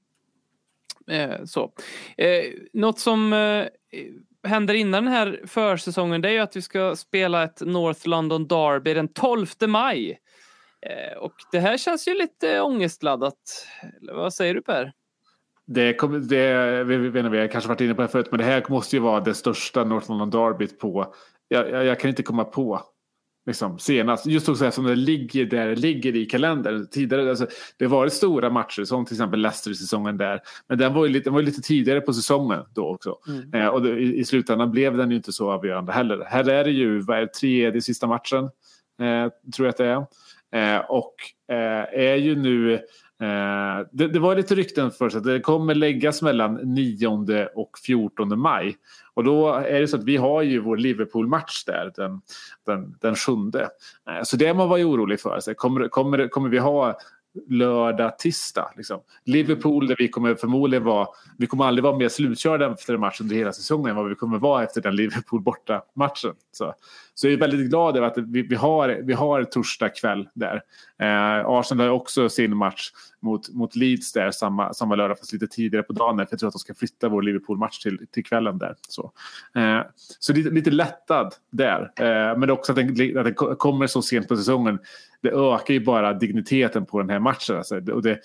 Något som händer innan den här försäsongen, det är ju att vi ska spela ett North London Derby den 12 maj. Och det här känns ju lite ångestladdat. Vad säger du, Per? Vi har kanske varit inne på det förut, men det här måste ju vara det största North London Derbyt på. Jag kan inte komma på liksom, senast. Just också eftersom det ligger i kalendern. Tidigare, alltså, det var stora matcher som till exempel Leicester-säsongen där. Men den var ju lite tidigare på säsongen då också. Och i slutändan blev den ju inte så avgörande heller. Här är det ju tredje sista matchen, tror jag att det är. Och är ju nu Det var lite rykten först att det kommer läggas mellan 9 och 14 maj. Och då är det så att vi har ju vår Liverpool-match där den 7. Så det man var ju orolig för. Så kommer vi ha lördag, tisdag liksom. Liverpool där vi kommer förmodligen vi kommer aldrig vara mer slutkörda efter en match under hela säsongen än vad vi kommer vara efter den Liverpool borta matchen. Så jag är väldigt glad över att vi har torsdag kväll där. Arsenal har också sin match mot Leeds där samma lördag fast lite tidigare på dagen, för jag tror att de ska flytta vår Liverpool-match till kvällen där. Så lite lättad där. Men också att det kommer så sent på säsongen, det ökar ju bara digniteten på den här matchen. Alltså.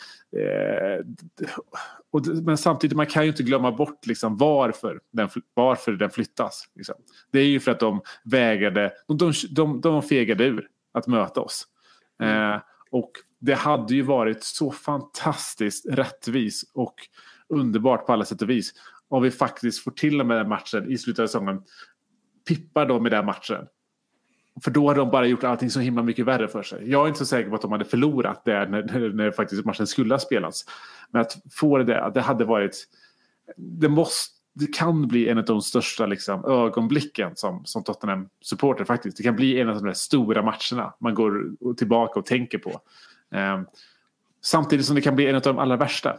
Men samtidigt man kan ju inte glömma bort liksom, varför den flyttas. Liksom. Det är ju för att de vägrade, de fegade ur att möta oss. Och det hade ju varit så fantastiskt rättvis och underbart på alla sätt och vis om vi faktiskt får till med den matchen i slutet av säsongen, pippar dem i den matchen. För då har de bara gjort allting så himla mycket värre för sig. Jag är inte så säker på att de hade förlorat där när faktiskt matchen skulle ha spelats. Men att få det hade varit... Det kan bli en av de största liksom, ögonblicken som Tottenham-supporter faktiskt. Det kan bli en av de där stora matcherna man går tillbaka och tänker på. Samtidigt som det kan bli en av de allra värsta.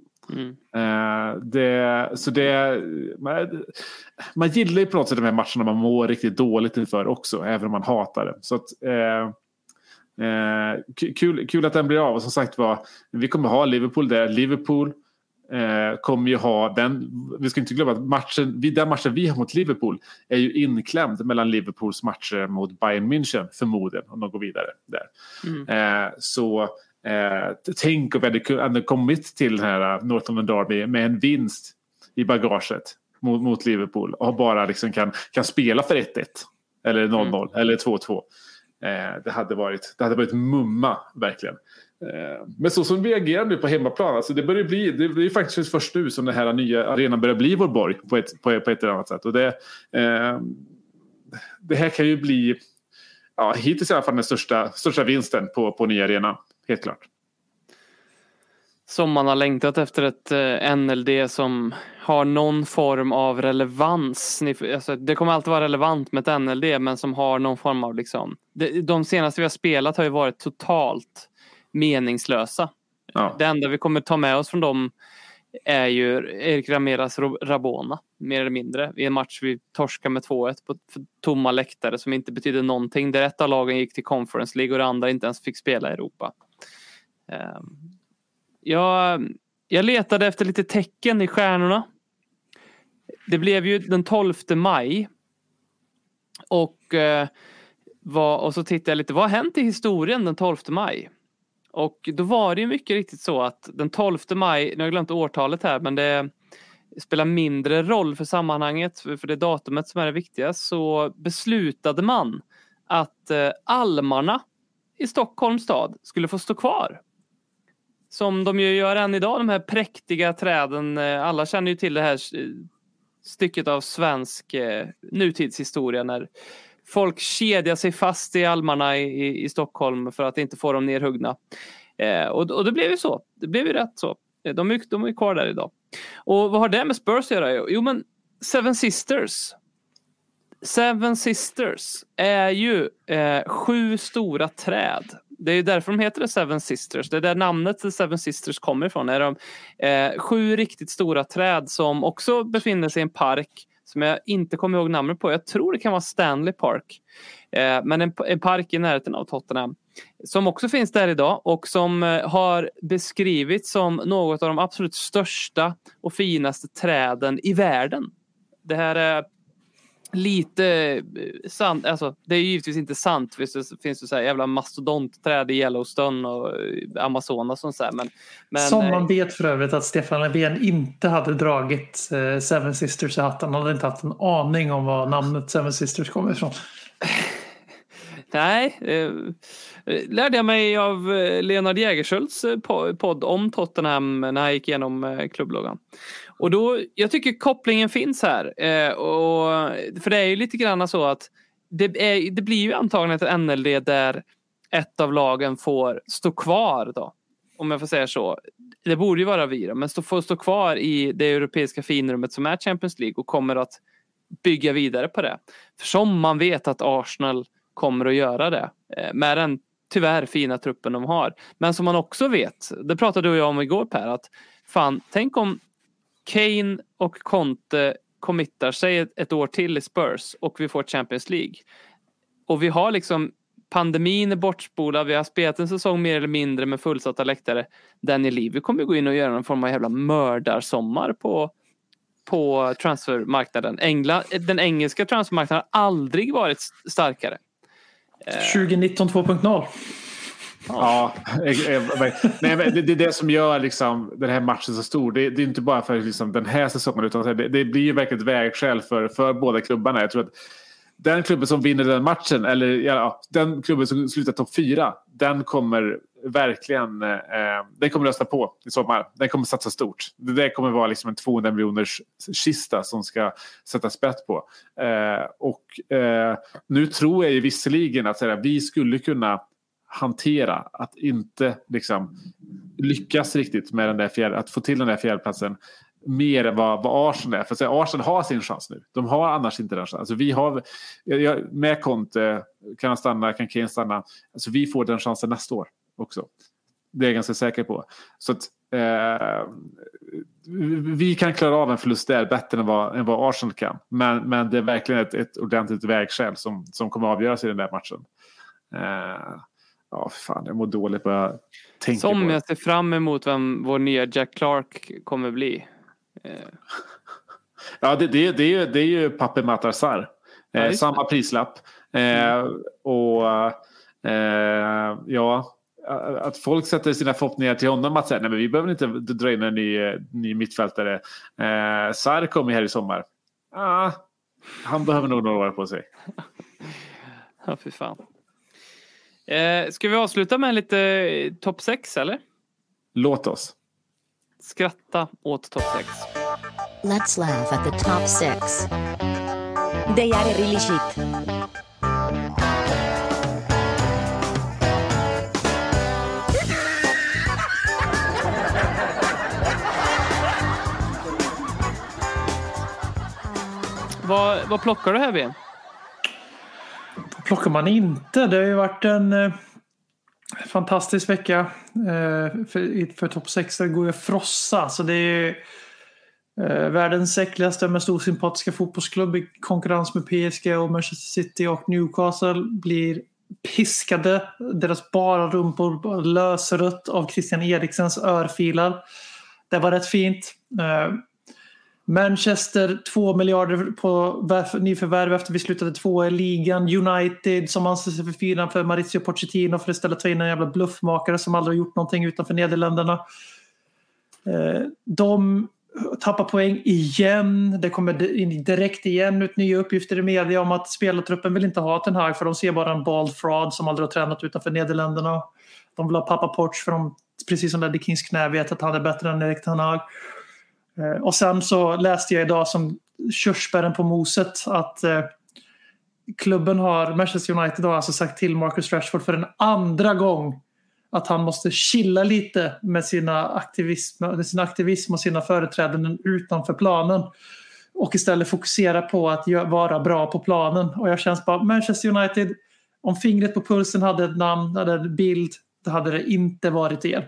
Man gillar ju på något sätt de här matcherna man mår riktigt dåligt inför också, även om man hatar det. Så att kul att den blir av. Och som sagt vi kommer ha Liverpool där. Liverpool kommer ju ha den, vi ska inte glömma att den matchen vi har mot Liverpool är ju inklämd mellan Liverpools matcher mot Bayern München förmodligen, om de går vidare där. Tänk om vi hade kommit till den här North London Derby med en vinst i bagaget mot Liverpool och bara liksom kan spela för 1-1 eller 0-0 eller 2-2. Det hade varit mumma verkligen. Men så som vi agerar nu på hemmaplan, alltså det blir faktiskt först nu som den här nya arenan börjar bli vår borg på ett eller annat sätt. Och det här kan ju bli hittills i alla fall den största vinsten på nya arenan, helt klart. Som man har längtat efter ett NLD som har någon form av relevans. Alltså, det kommer alltid vara relevant med ett NLD, men som har någon form av liksom... De senaste vi har spelat har ju varit totalt meningslösa. Ja. Det enda vi kommer ta med oss från dem är ju Erik Ramirez Rabona, mer eller mindre. I en match vi torskar med 2-1 på tomma läktare som inte betyder någonting. Där ett av lagen gick till Conference League och det andra inte ens fick spela i Europa. Jag letade efter lite tecken i stjärnorna. Det blev ju den 12 maj. Och så tittade jag lite, vad har hänt i historien den 12 maj? Och då var det ju mycket riktigt så att den 12 maj, nu har jag glömt årtalet här, men det spelar mindre roll för sammanhanget, för det datumet som är det viktiga, så beslutade man att almarna i Stockholms stad skulle få stå kvar. Som de ju gör än idag, de här präktiga träden. Alla känner ju till det här stycket av svensk nutidshistoria när folk kedjar sig fast i almarna i Stockholm för att inte få dem nerhuggna. Och det blev ju så. Det blev ju rätt så. De är kvar där idag. Och vad har det med Spurs att göra? Jo, men Seven Sisters. Seven Sisters är ju 7 stora träd. Det är ju därför de heter det Seven Sisters. Det är där namnet till Seven Sisters kommer ifrån. Det är de 7 riktigt stora träd som också befinner sig i en park som jag inte kommer ihåg namnet på. Jag tror det kan vara Stanley Park. Men en park i närheten av Tottenham. Som också finns där idag. Och som har beskrivits som något av de absolut största och finaste träden i världen. Det här är lite sant. Alltså, det är ju givetvis inte sant. Det finns ju så här jävla mastodontträd i Yellowstone och Amazonas och så här. Men som man vet för övrigt att Stefan Löfven inte hade dragit Seven Sisters i hatten. Han hade inte haft en aning om vad namnet Seven Sisters kommer ifrån. Nej, lärde jag mig av Leonard Jägerskiölds podd om Tottenham när han gick igenom klubbloggan. Och då, jag tycker kopplingen finns här. För det är ju lite grann så att det blir ju antagligen ett NLD där ett av lagen får stå kvar då. om jag får säga så, det borde ju vara vi då, men får stå kvar i det europeiska finrummet som är Champions League och kommer att bygga vidare på det. För som man vet att Arsenal kommer att göra det med den tyvärr fina truppen de har. Men som man också vet, det pratade du och jag om igår Per, att fan, tänk om Kane och Conte committar sig ett år till i Spurs och vi får Champions League. Och vi har liksom pandemin är bortspolad, vi har spelat en säsong mer eller mindre med fullsatta läktare. Daniel Levy kommer gå in och göra någon form av jävla mördarsommar på transfermarknaden. Den engelska transfermarknaden har aldrig varit starkare. 2019 2.0. Ja, nej, men det är det som gör liksom den här matchen så stor. Det är inte bara för liksom den här säsongen, utan det blir ju verkligen ett vägskäl för båda klubbarna. Jag tror att den klubben som vinner den matchen, eller den klubben som slutar topp 4, den kommer verkligen den kommer rösta på i sommar. Den kommer satsa stort. Det kommer vara liksom en 200 miljoners kista som ska sätta spett på. Nu tror jag ju visserligen att vi skulle kunna hantera att inte liksom lyckas riktigt med den där att få till den där fjärdeplatsen mer än vad Arsenal är. För att säga, Arsenal har sin chans nu. De har annars inte den chansen. Alltså vi har med Conte, kan han stanna, kan Kane stanna. Alltså vi får den chansen nästa år också. Det är jag ganska säker på. Så att vi kan klara av en förlust där bättre än vad Arsenal kan. Men det är verkligen ett ordentligt vägskäl som kommer att avgöras i den där matchen. Ja, fan, jag mår dåligt på att tänka på det. Jag ser fram emot vem vår nya Jack Clark kommer bli. Ja, det är ju Pape Matar Sarr. Samma prislapp. Att folk sätter sina förhoppningar till honom att säga, nej men vi behöver inte dra in en ny mittfältare. Sarr kommer här i sommar. Han behöver nog några år på sig. Ja, för fan. Ska vi avsluta med lite topp 6 eller? Låt oss. Skratta åt topp 6. Let's laugh at the top 6. They are really shit. Vad plockar du här, Ben? Plockar man inte. Det har ju varit en fantastisk vecka för topp 6. Det går ju att frossa. Så det är världens äckligaste med stor sympatiska fotbollsklubb i konkurrens med PSG och Manchester City och Newcastle blir piskade. Deras bara rumpor lösrött av Christian Eriksens örfilar. Det var rätt fint. Manchester 2 miljarder på nyförvärv efter vi slutade 2 i ligan. United som anser sig för fina för Mauricio Pochettino för att ställa ta in en jävla bluffmakare som aldrig har gjort någonting utanför Nederländerna. De tappar poäng igen. Det kommer in direkt igen ut nya uppgifter i media om att spelartruppen vill inte ha Ten Hag för de ser bara en bald fraud som aldrig har tränat utanför Nederländerna. De vill ha Papa Poch för de, precis som Ledley Kings knä, vet att han är bättre än Erik Ten Hag. Och sen så läste jag idag som körsbären på moset att klubben har, Manchester United har alltså sagt till Marcus Rashford för en andra gång att han måste chilla lite med sin aktivism och sina företrädanden utanför planen och istället fokusera på att vara bra på planen. Och jag känns bara, Manchester United, om fingret på pulsen hade ett namn, hade en bild, då hade det inte varit er.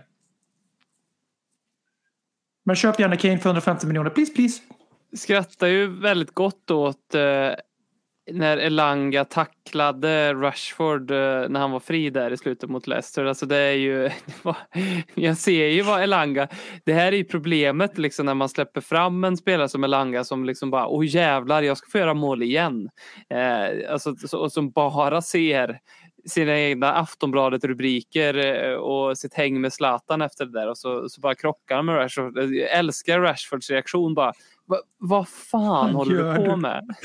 Men köp gärna Kane för 150 miljoner, please. Skrattar ju väldigt gott åt när Elanga tacklade Rashford när han var fri där i slutet mot Leicester. Alltså det är ju, jag ser ju vad Elanga, det här är ju problemet liksom när man släpper fram en spelare som Elanga som liksom bara, åh jävlar, jag ska få göra mål igen. Och som bara ser sina egna Aftonbladet-rubriker och sitt häng med Zlatan efter det där och så bara krockar han med Rashford. Jag älskar Rashfords reaktion bara, vad fan håller du på med?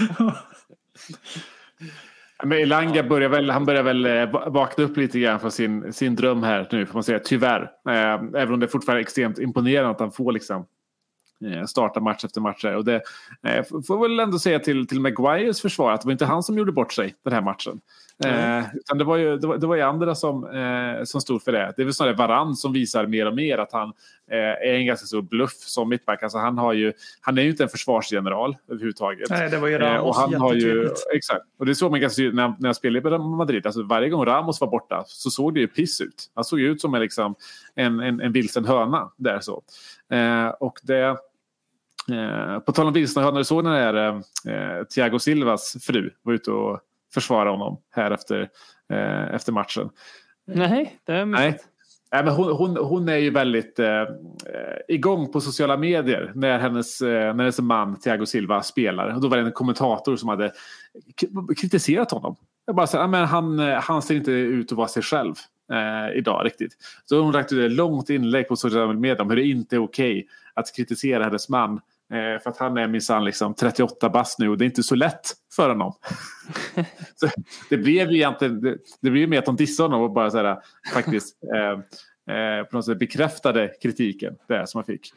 Men Elanga börjar väl vakna upp lite grann för sin dröm här nu, får man säga, tyvärr. Även om det är fortfarande extremt imponerande att han får liksom starta match efter match. Och det får väl ändå säga till Maguires försvar att det var inte han som gjorde bort sig den här matchen. Utan det var ju andra som stod för det. Det är väl snarare Varane som visar mer och mer att han är en ganska stor bluff som mittback. Alltså han är ju inte en försvarsgeneral överhuvudtaget. Nej, det var ju Ramos och han har ju, exakt. Och det såg man ganska när jag spelade i Madrid. Alltså varje gång Ramos var borta så såg det ju piss ut. Han såg ut som en vilsen höna där så. Och det på tal om vilsna hönor, såg den där Thiago Silvas fru var ute och försvara honom här efter matchen. Nej, det är Nej, men hon är ju väldigt igång på sociala medier när hennes man Thiago Silva spelar. Och då var det en kommentator som hade kritiserat honom. Jag bara sa, men han ser inte ut att vara sig själv idag riktigt. Så hon lagt ut ett långt inlägg på sociala medier om hur det inte är okej att kritisera hennes man. För att han är minsann liksom 38 bast nu och det är inte så lätt för honom. Så det blev ju egentligen det blev mer att de dissade honom och bara så här, faktiskt på något sätt bekräftade kritiken där som han fick.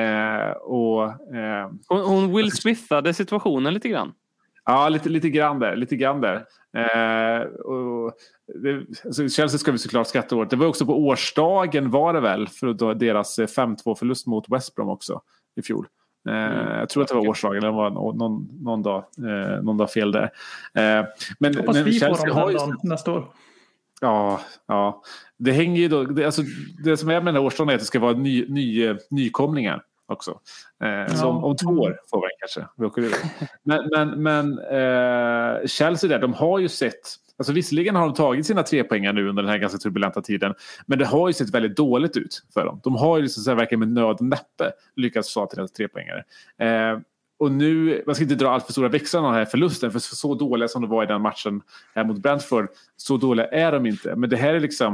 Hon Will Smithade situationen lite grann. Ja, lite grann där. Alltså, Chelsea ska vi såklart skatta året. Det var också på årsdagen var det väl för då deras 5-2 förlust mot West Brom också i fjol. Jag tror att det var årsdagen eller var någon dag fel där. Men vi Chelsea får har ju nästa år. Ja. Det hänger ju då det som är med den här årsdagen är att det ska vara nykomlingar också. Så om 2 år får vi kanske. Men Chelsea där, de har ju sett, alltså visserligen har de tagit sina 3 poäng nu under den här ganska turbulenta tiden, men det har ju sett väldigt dåligt ut för dem. De har ju liksom verkligen med nöd och näppe lyckats ta till deras 3 poängare. Och nu, man ska inte dra allt för stora växlar av den här förlusten, för så dåliga som det var i den matchen här mot Brentford, så dåliga är de inte. Men det här är liksom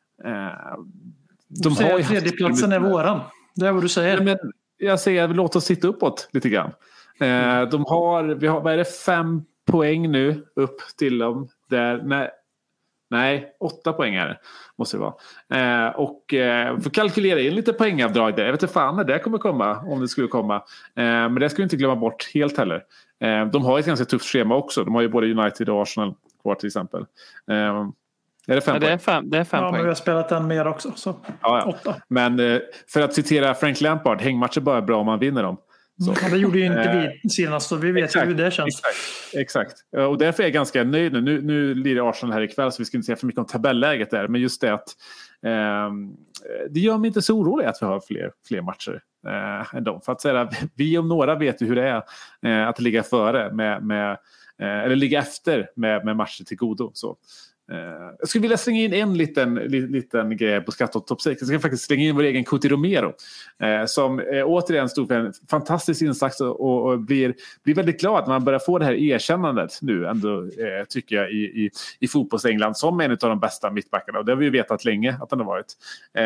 de har ju tredjeplatsen är våran. Det är vad du säger. Men jag säger, låt oss sitta uppåt lite grann. Vi har vad är det, 5 poäng nu upp till dem där. Nej, 8 poäng är det, måste det vara. Och får kalkylera in lite poängavdrag där. Jag vet inte fan när det kommer komma, om det skulle komma. Men det ska vi inte glömma bort helt heller. De har ett ganska tufft schema också. De har ju både United och Arsenal kvar till exempel. Är det 5 poäng? Det är 5 poäng. Men vi har spelat den mer också. Så. Ja. 8. Men för att citera Frank Lampard, hängmatcher bara är bra om man vinner dem. Ja, det gjorde ju inte vi senast, så vi vet ju hur det känns. Exakt. Och därför är jag ganska nöjd nu. Nu lirar Arsenal här ikväll, så vi ska inte säga för mycket om tabelläget där. Men just det att det gör mig inte så orolig att vi har fler matcher än dem. För att säga, vi om några vet ju hur det är att ligga före eller ligga efter med matcher till godo. Så. Jag skulle vilja slänga in en liten grej på Skatt och Top 6. Jag ska faktiskt slänga in vår egen Cuti Romero som återigen stod för en fantastisk insats och blir väldigt glad när man börjar få det här erkännandet nu ändå, tycker jag, i fotbolls-England som en av de bästa mittbackarna, och det har vi ju vetat länge att han har varit.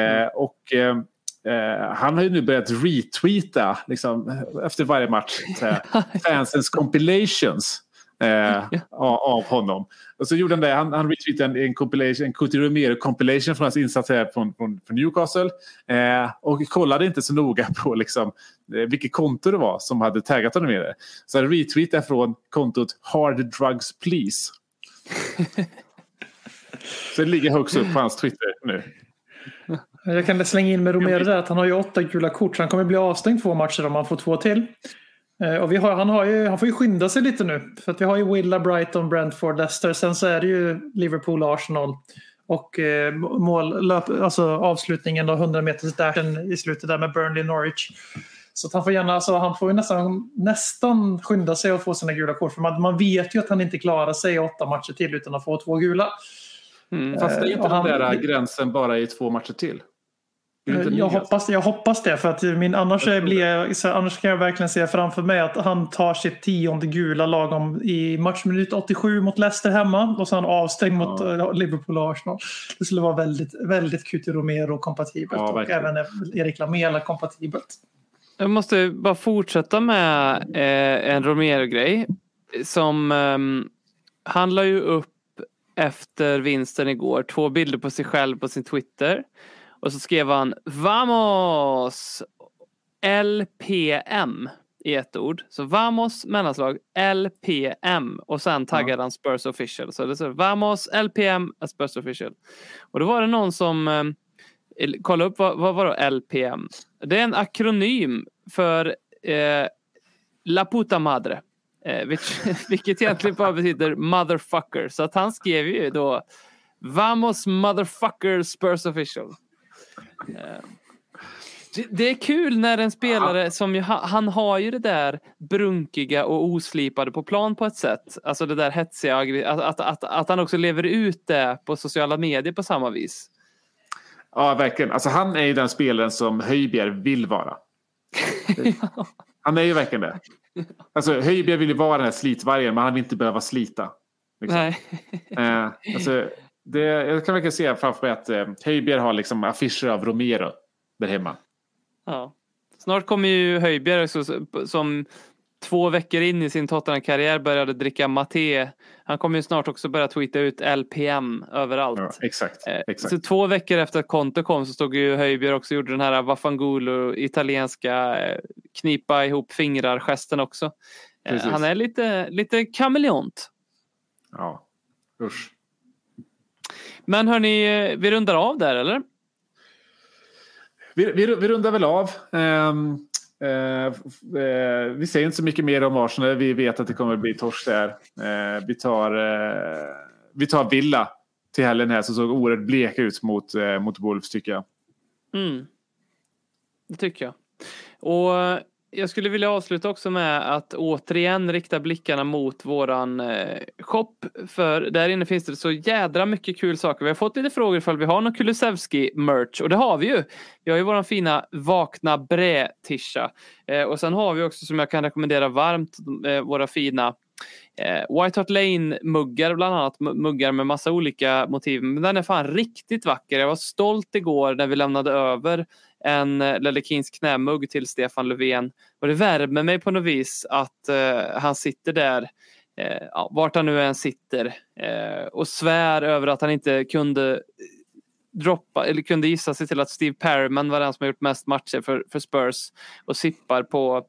Han har ju nu börjat retweeta liksom, efter varje match fansens compilations av honom. Och så gjorde han det. Han retweetade en compilation, en Cuti Romero compilation från hans insats här från Newcastle. Och kollade inte så noga på liksom, vilket konto det var som hade taggat honom med det. Så han retweetade från kontot Hard Drugs Please. Så det ligger högst upp på hans Twitter nu. Jag kan slänga in med Romero där att han har ju 8 gula kort, så han kommer bli avstängd 2 matcher om han får 2 till. Och han får ju skynda sig lite nu, för att vi har ju Villa, Brighton, Brentford, Leicester, sen så är det ju Liverpool, Arsenal och avslutningen då 100 meters dashen i slutet där med Burnley, Norwich. Så att han får gärna, han får ju nästan skynda sig och få sina gula kort, för man vet ju att han inte klarar sig 8 matcher till utan att få 2 gula. Fast det är inte den där gränsen bara i 2 matcher till. Jag hoppas det, för att annars kan jag verkligen se framför mig att han tar sitt 10:e gula lagom i matchminut 87 mot Leicester hemma och sen avstängd mot Liverpool och Arsenal. Det skulle vara väldigt, väldigt Cuti Romero-kompatibelt och även Erik Lamela kompatibelt. Jag måste bara fortsätta med en Romero-grej som han la ju upp efter vinsten igår 2 bilder på sig själv på sin Twitter. Och så skrev han Vamos! LPM i ett ord. Så Vamos mellanslag LPM och sen taggade han Spurs Official. Så det står Vamos LPM Spurs Official. Och då var det någon som kolla upp vad var då LPM. Det är en akronym för La Puta Madre. Vilket egentligen bara betyder motherfucker. Så att han skrev ju då Vamos motherfucker Spurs Official. Det är kul när en spelare som ju, han har ju det där brunkiga och oslipade på plan på ett sätt. Alltså det där hetsiga, att han också lever ut det på sociala medier på samma vis. Ja, verkligen. Alltså han är ju den spelaren som Højbjerg vill vara. Han är ju verkligen det. Alltså Højbjerg vill ju vara den här slitvargen, men han vill inte behöva slita. Liksom. Nej. Alltså, jag kan verkligen se framför mig att Højbjerg har liksom affischer av Romero där hemma. Ja. Snart kommer ju Højbjerg som 2 veckor in i sin Tottenham-karriär började dricka maté. Han kommer ju snart också börja tweeta ut LPM överallt. Ja, exakt. Så 2 veckor efter att Conte kom så stod ju Højbjerg också och gjorde den här Vaffangulo italienska knipa ihop fingrar-gesten också. Han är lite kameleont. Ja, usch. Men hörni, vi rundar av där, eller? Vi rundar väl av. Vi säger inte så mycket mer om Arsenal. Vi vet att det kommer att bli torsk där. Vi tar Villa till helgen här som såg oerhört bleka ut mot Wolves, tycker jag. Det tycker jag. Och jag skulle vilja avsluta också med att återigen rikta blickarna mot våran shop. För där inne finns det så jädra mycket kul saker. Vi har fått lite frågor ifall vi har någon Kulusevski-merch. Och det har vi ju. Vi har ju våran fina Vakna Brä-tisha. Och sen har vi också, som jag kan rekommendera varmt, våra fina White Hart Lane-muggar, bland annat muggar med massa olika motiv. Men den är fan riktigt vacker. Jag var stolt igår när vi lämnade över en Ledley Kings knämugg till Stefan Löfven. Och det värmer mig på något vis att han sitter där, vart han nu än sitter, och svär över att han inte kunde droppa eller kunde gissa sig till att Steve Perryman var den som har gjort mest matcher för Spurs och sippar på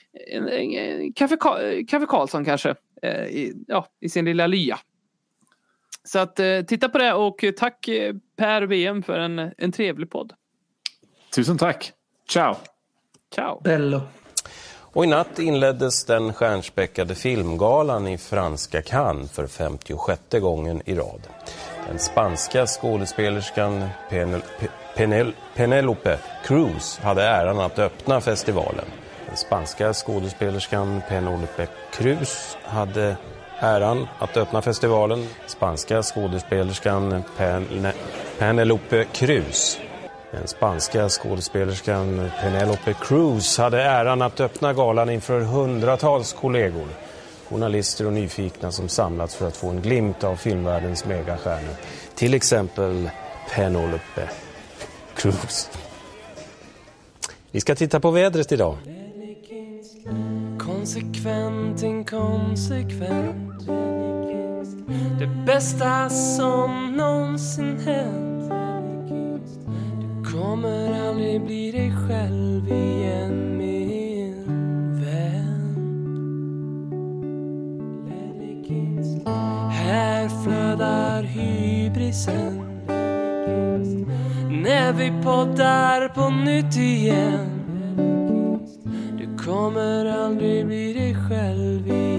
Kaffe Karlsson kanske i sin lilla lya. Så att titta på det, och tack Per BM för en trevlig podd. Tusen tack. Ciao. Ciao. Bello. Och i natt inleddes den stjärnspäckade filmgalan i franska Cannes för 56:e gången i rad. Den spanska skådespelerskan Penélope Cruz hade äran att öppna festivalen. Den spanska skådespelerskan Penélope Cruz hade äran att öppna festivalen. Spanska skådespelerskan Penélope Cruz. Den spanska skådespelerskan Penélope Cruz hade äran att öppna galan inför hundratals kollegor. Journalister och nyfikna som samlats för att få en glimt av filmvärldens megastjärnor. Till exempel Penélope Cruz. Vi ska titta på vädret idag. Konsekvent, inkonsekvent. Det bästa som någonsin hänt. Du kommer aldrig bli dig själv igen, min vän. Här flödar hybrisen. När vi poddar på nytt igen. Du kommer aldrig bli dig själv igen.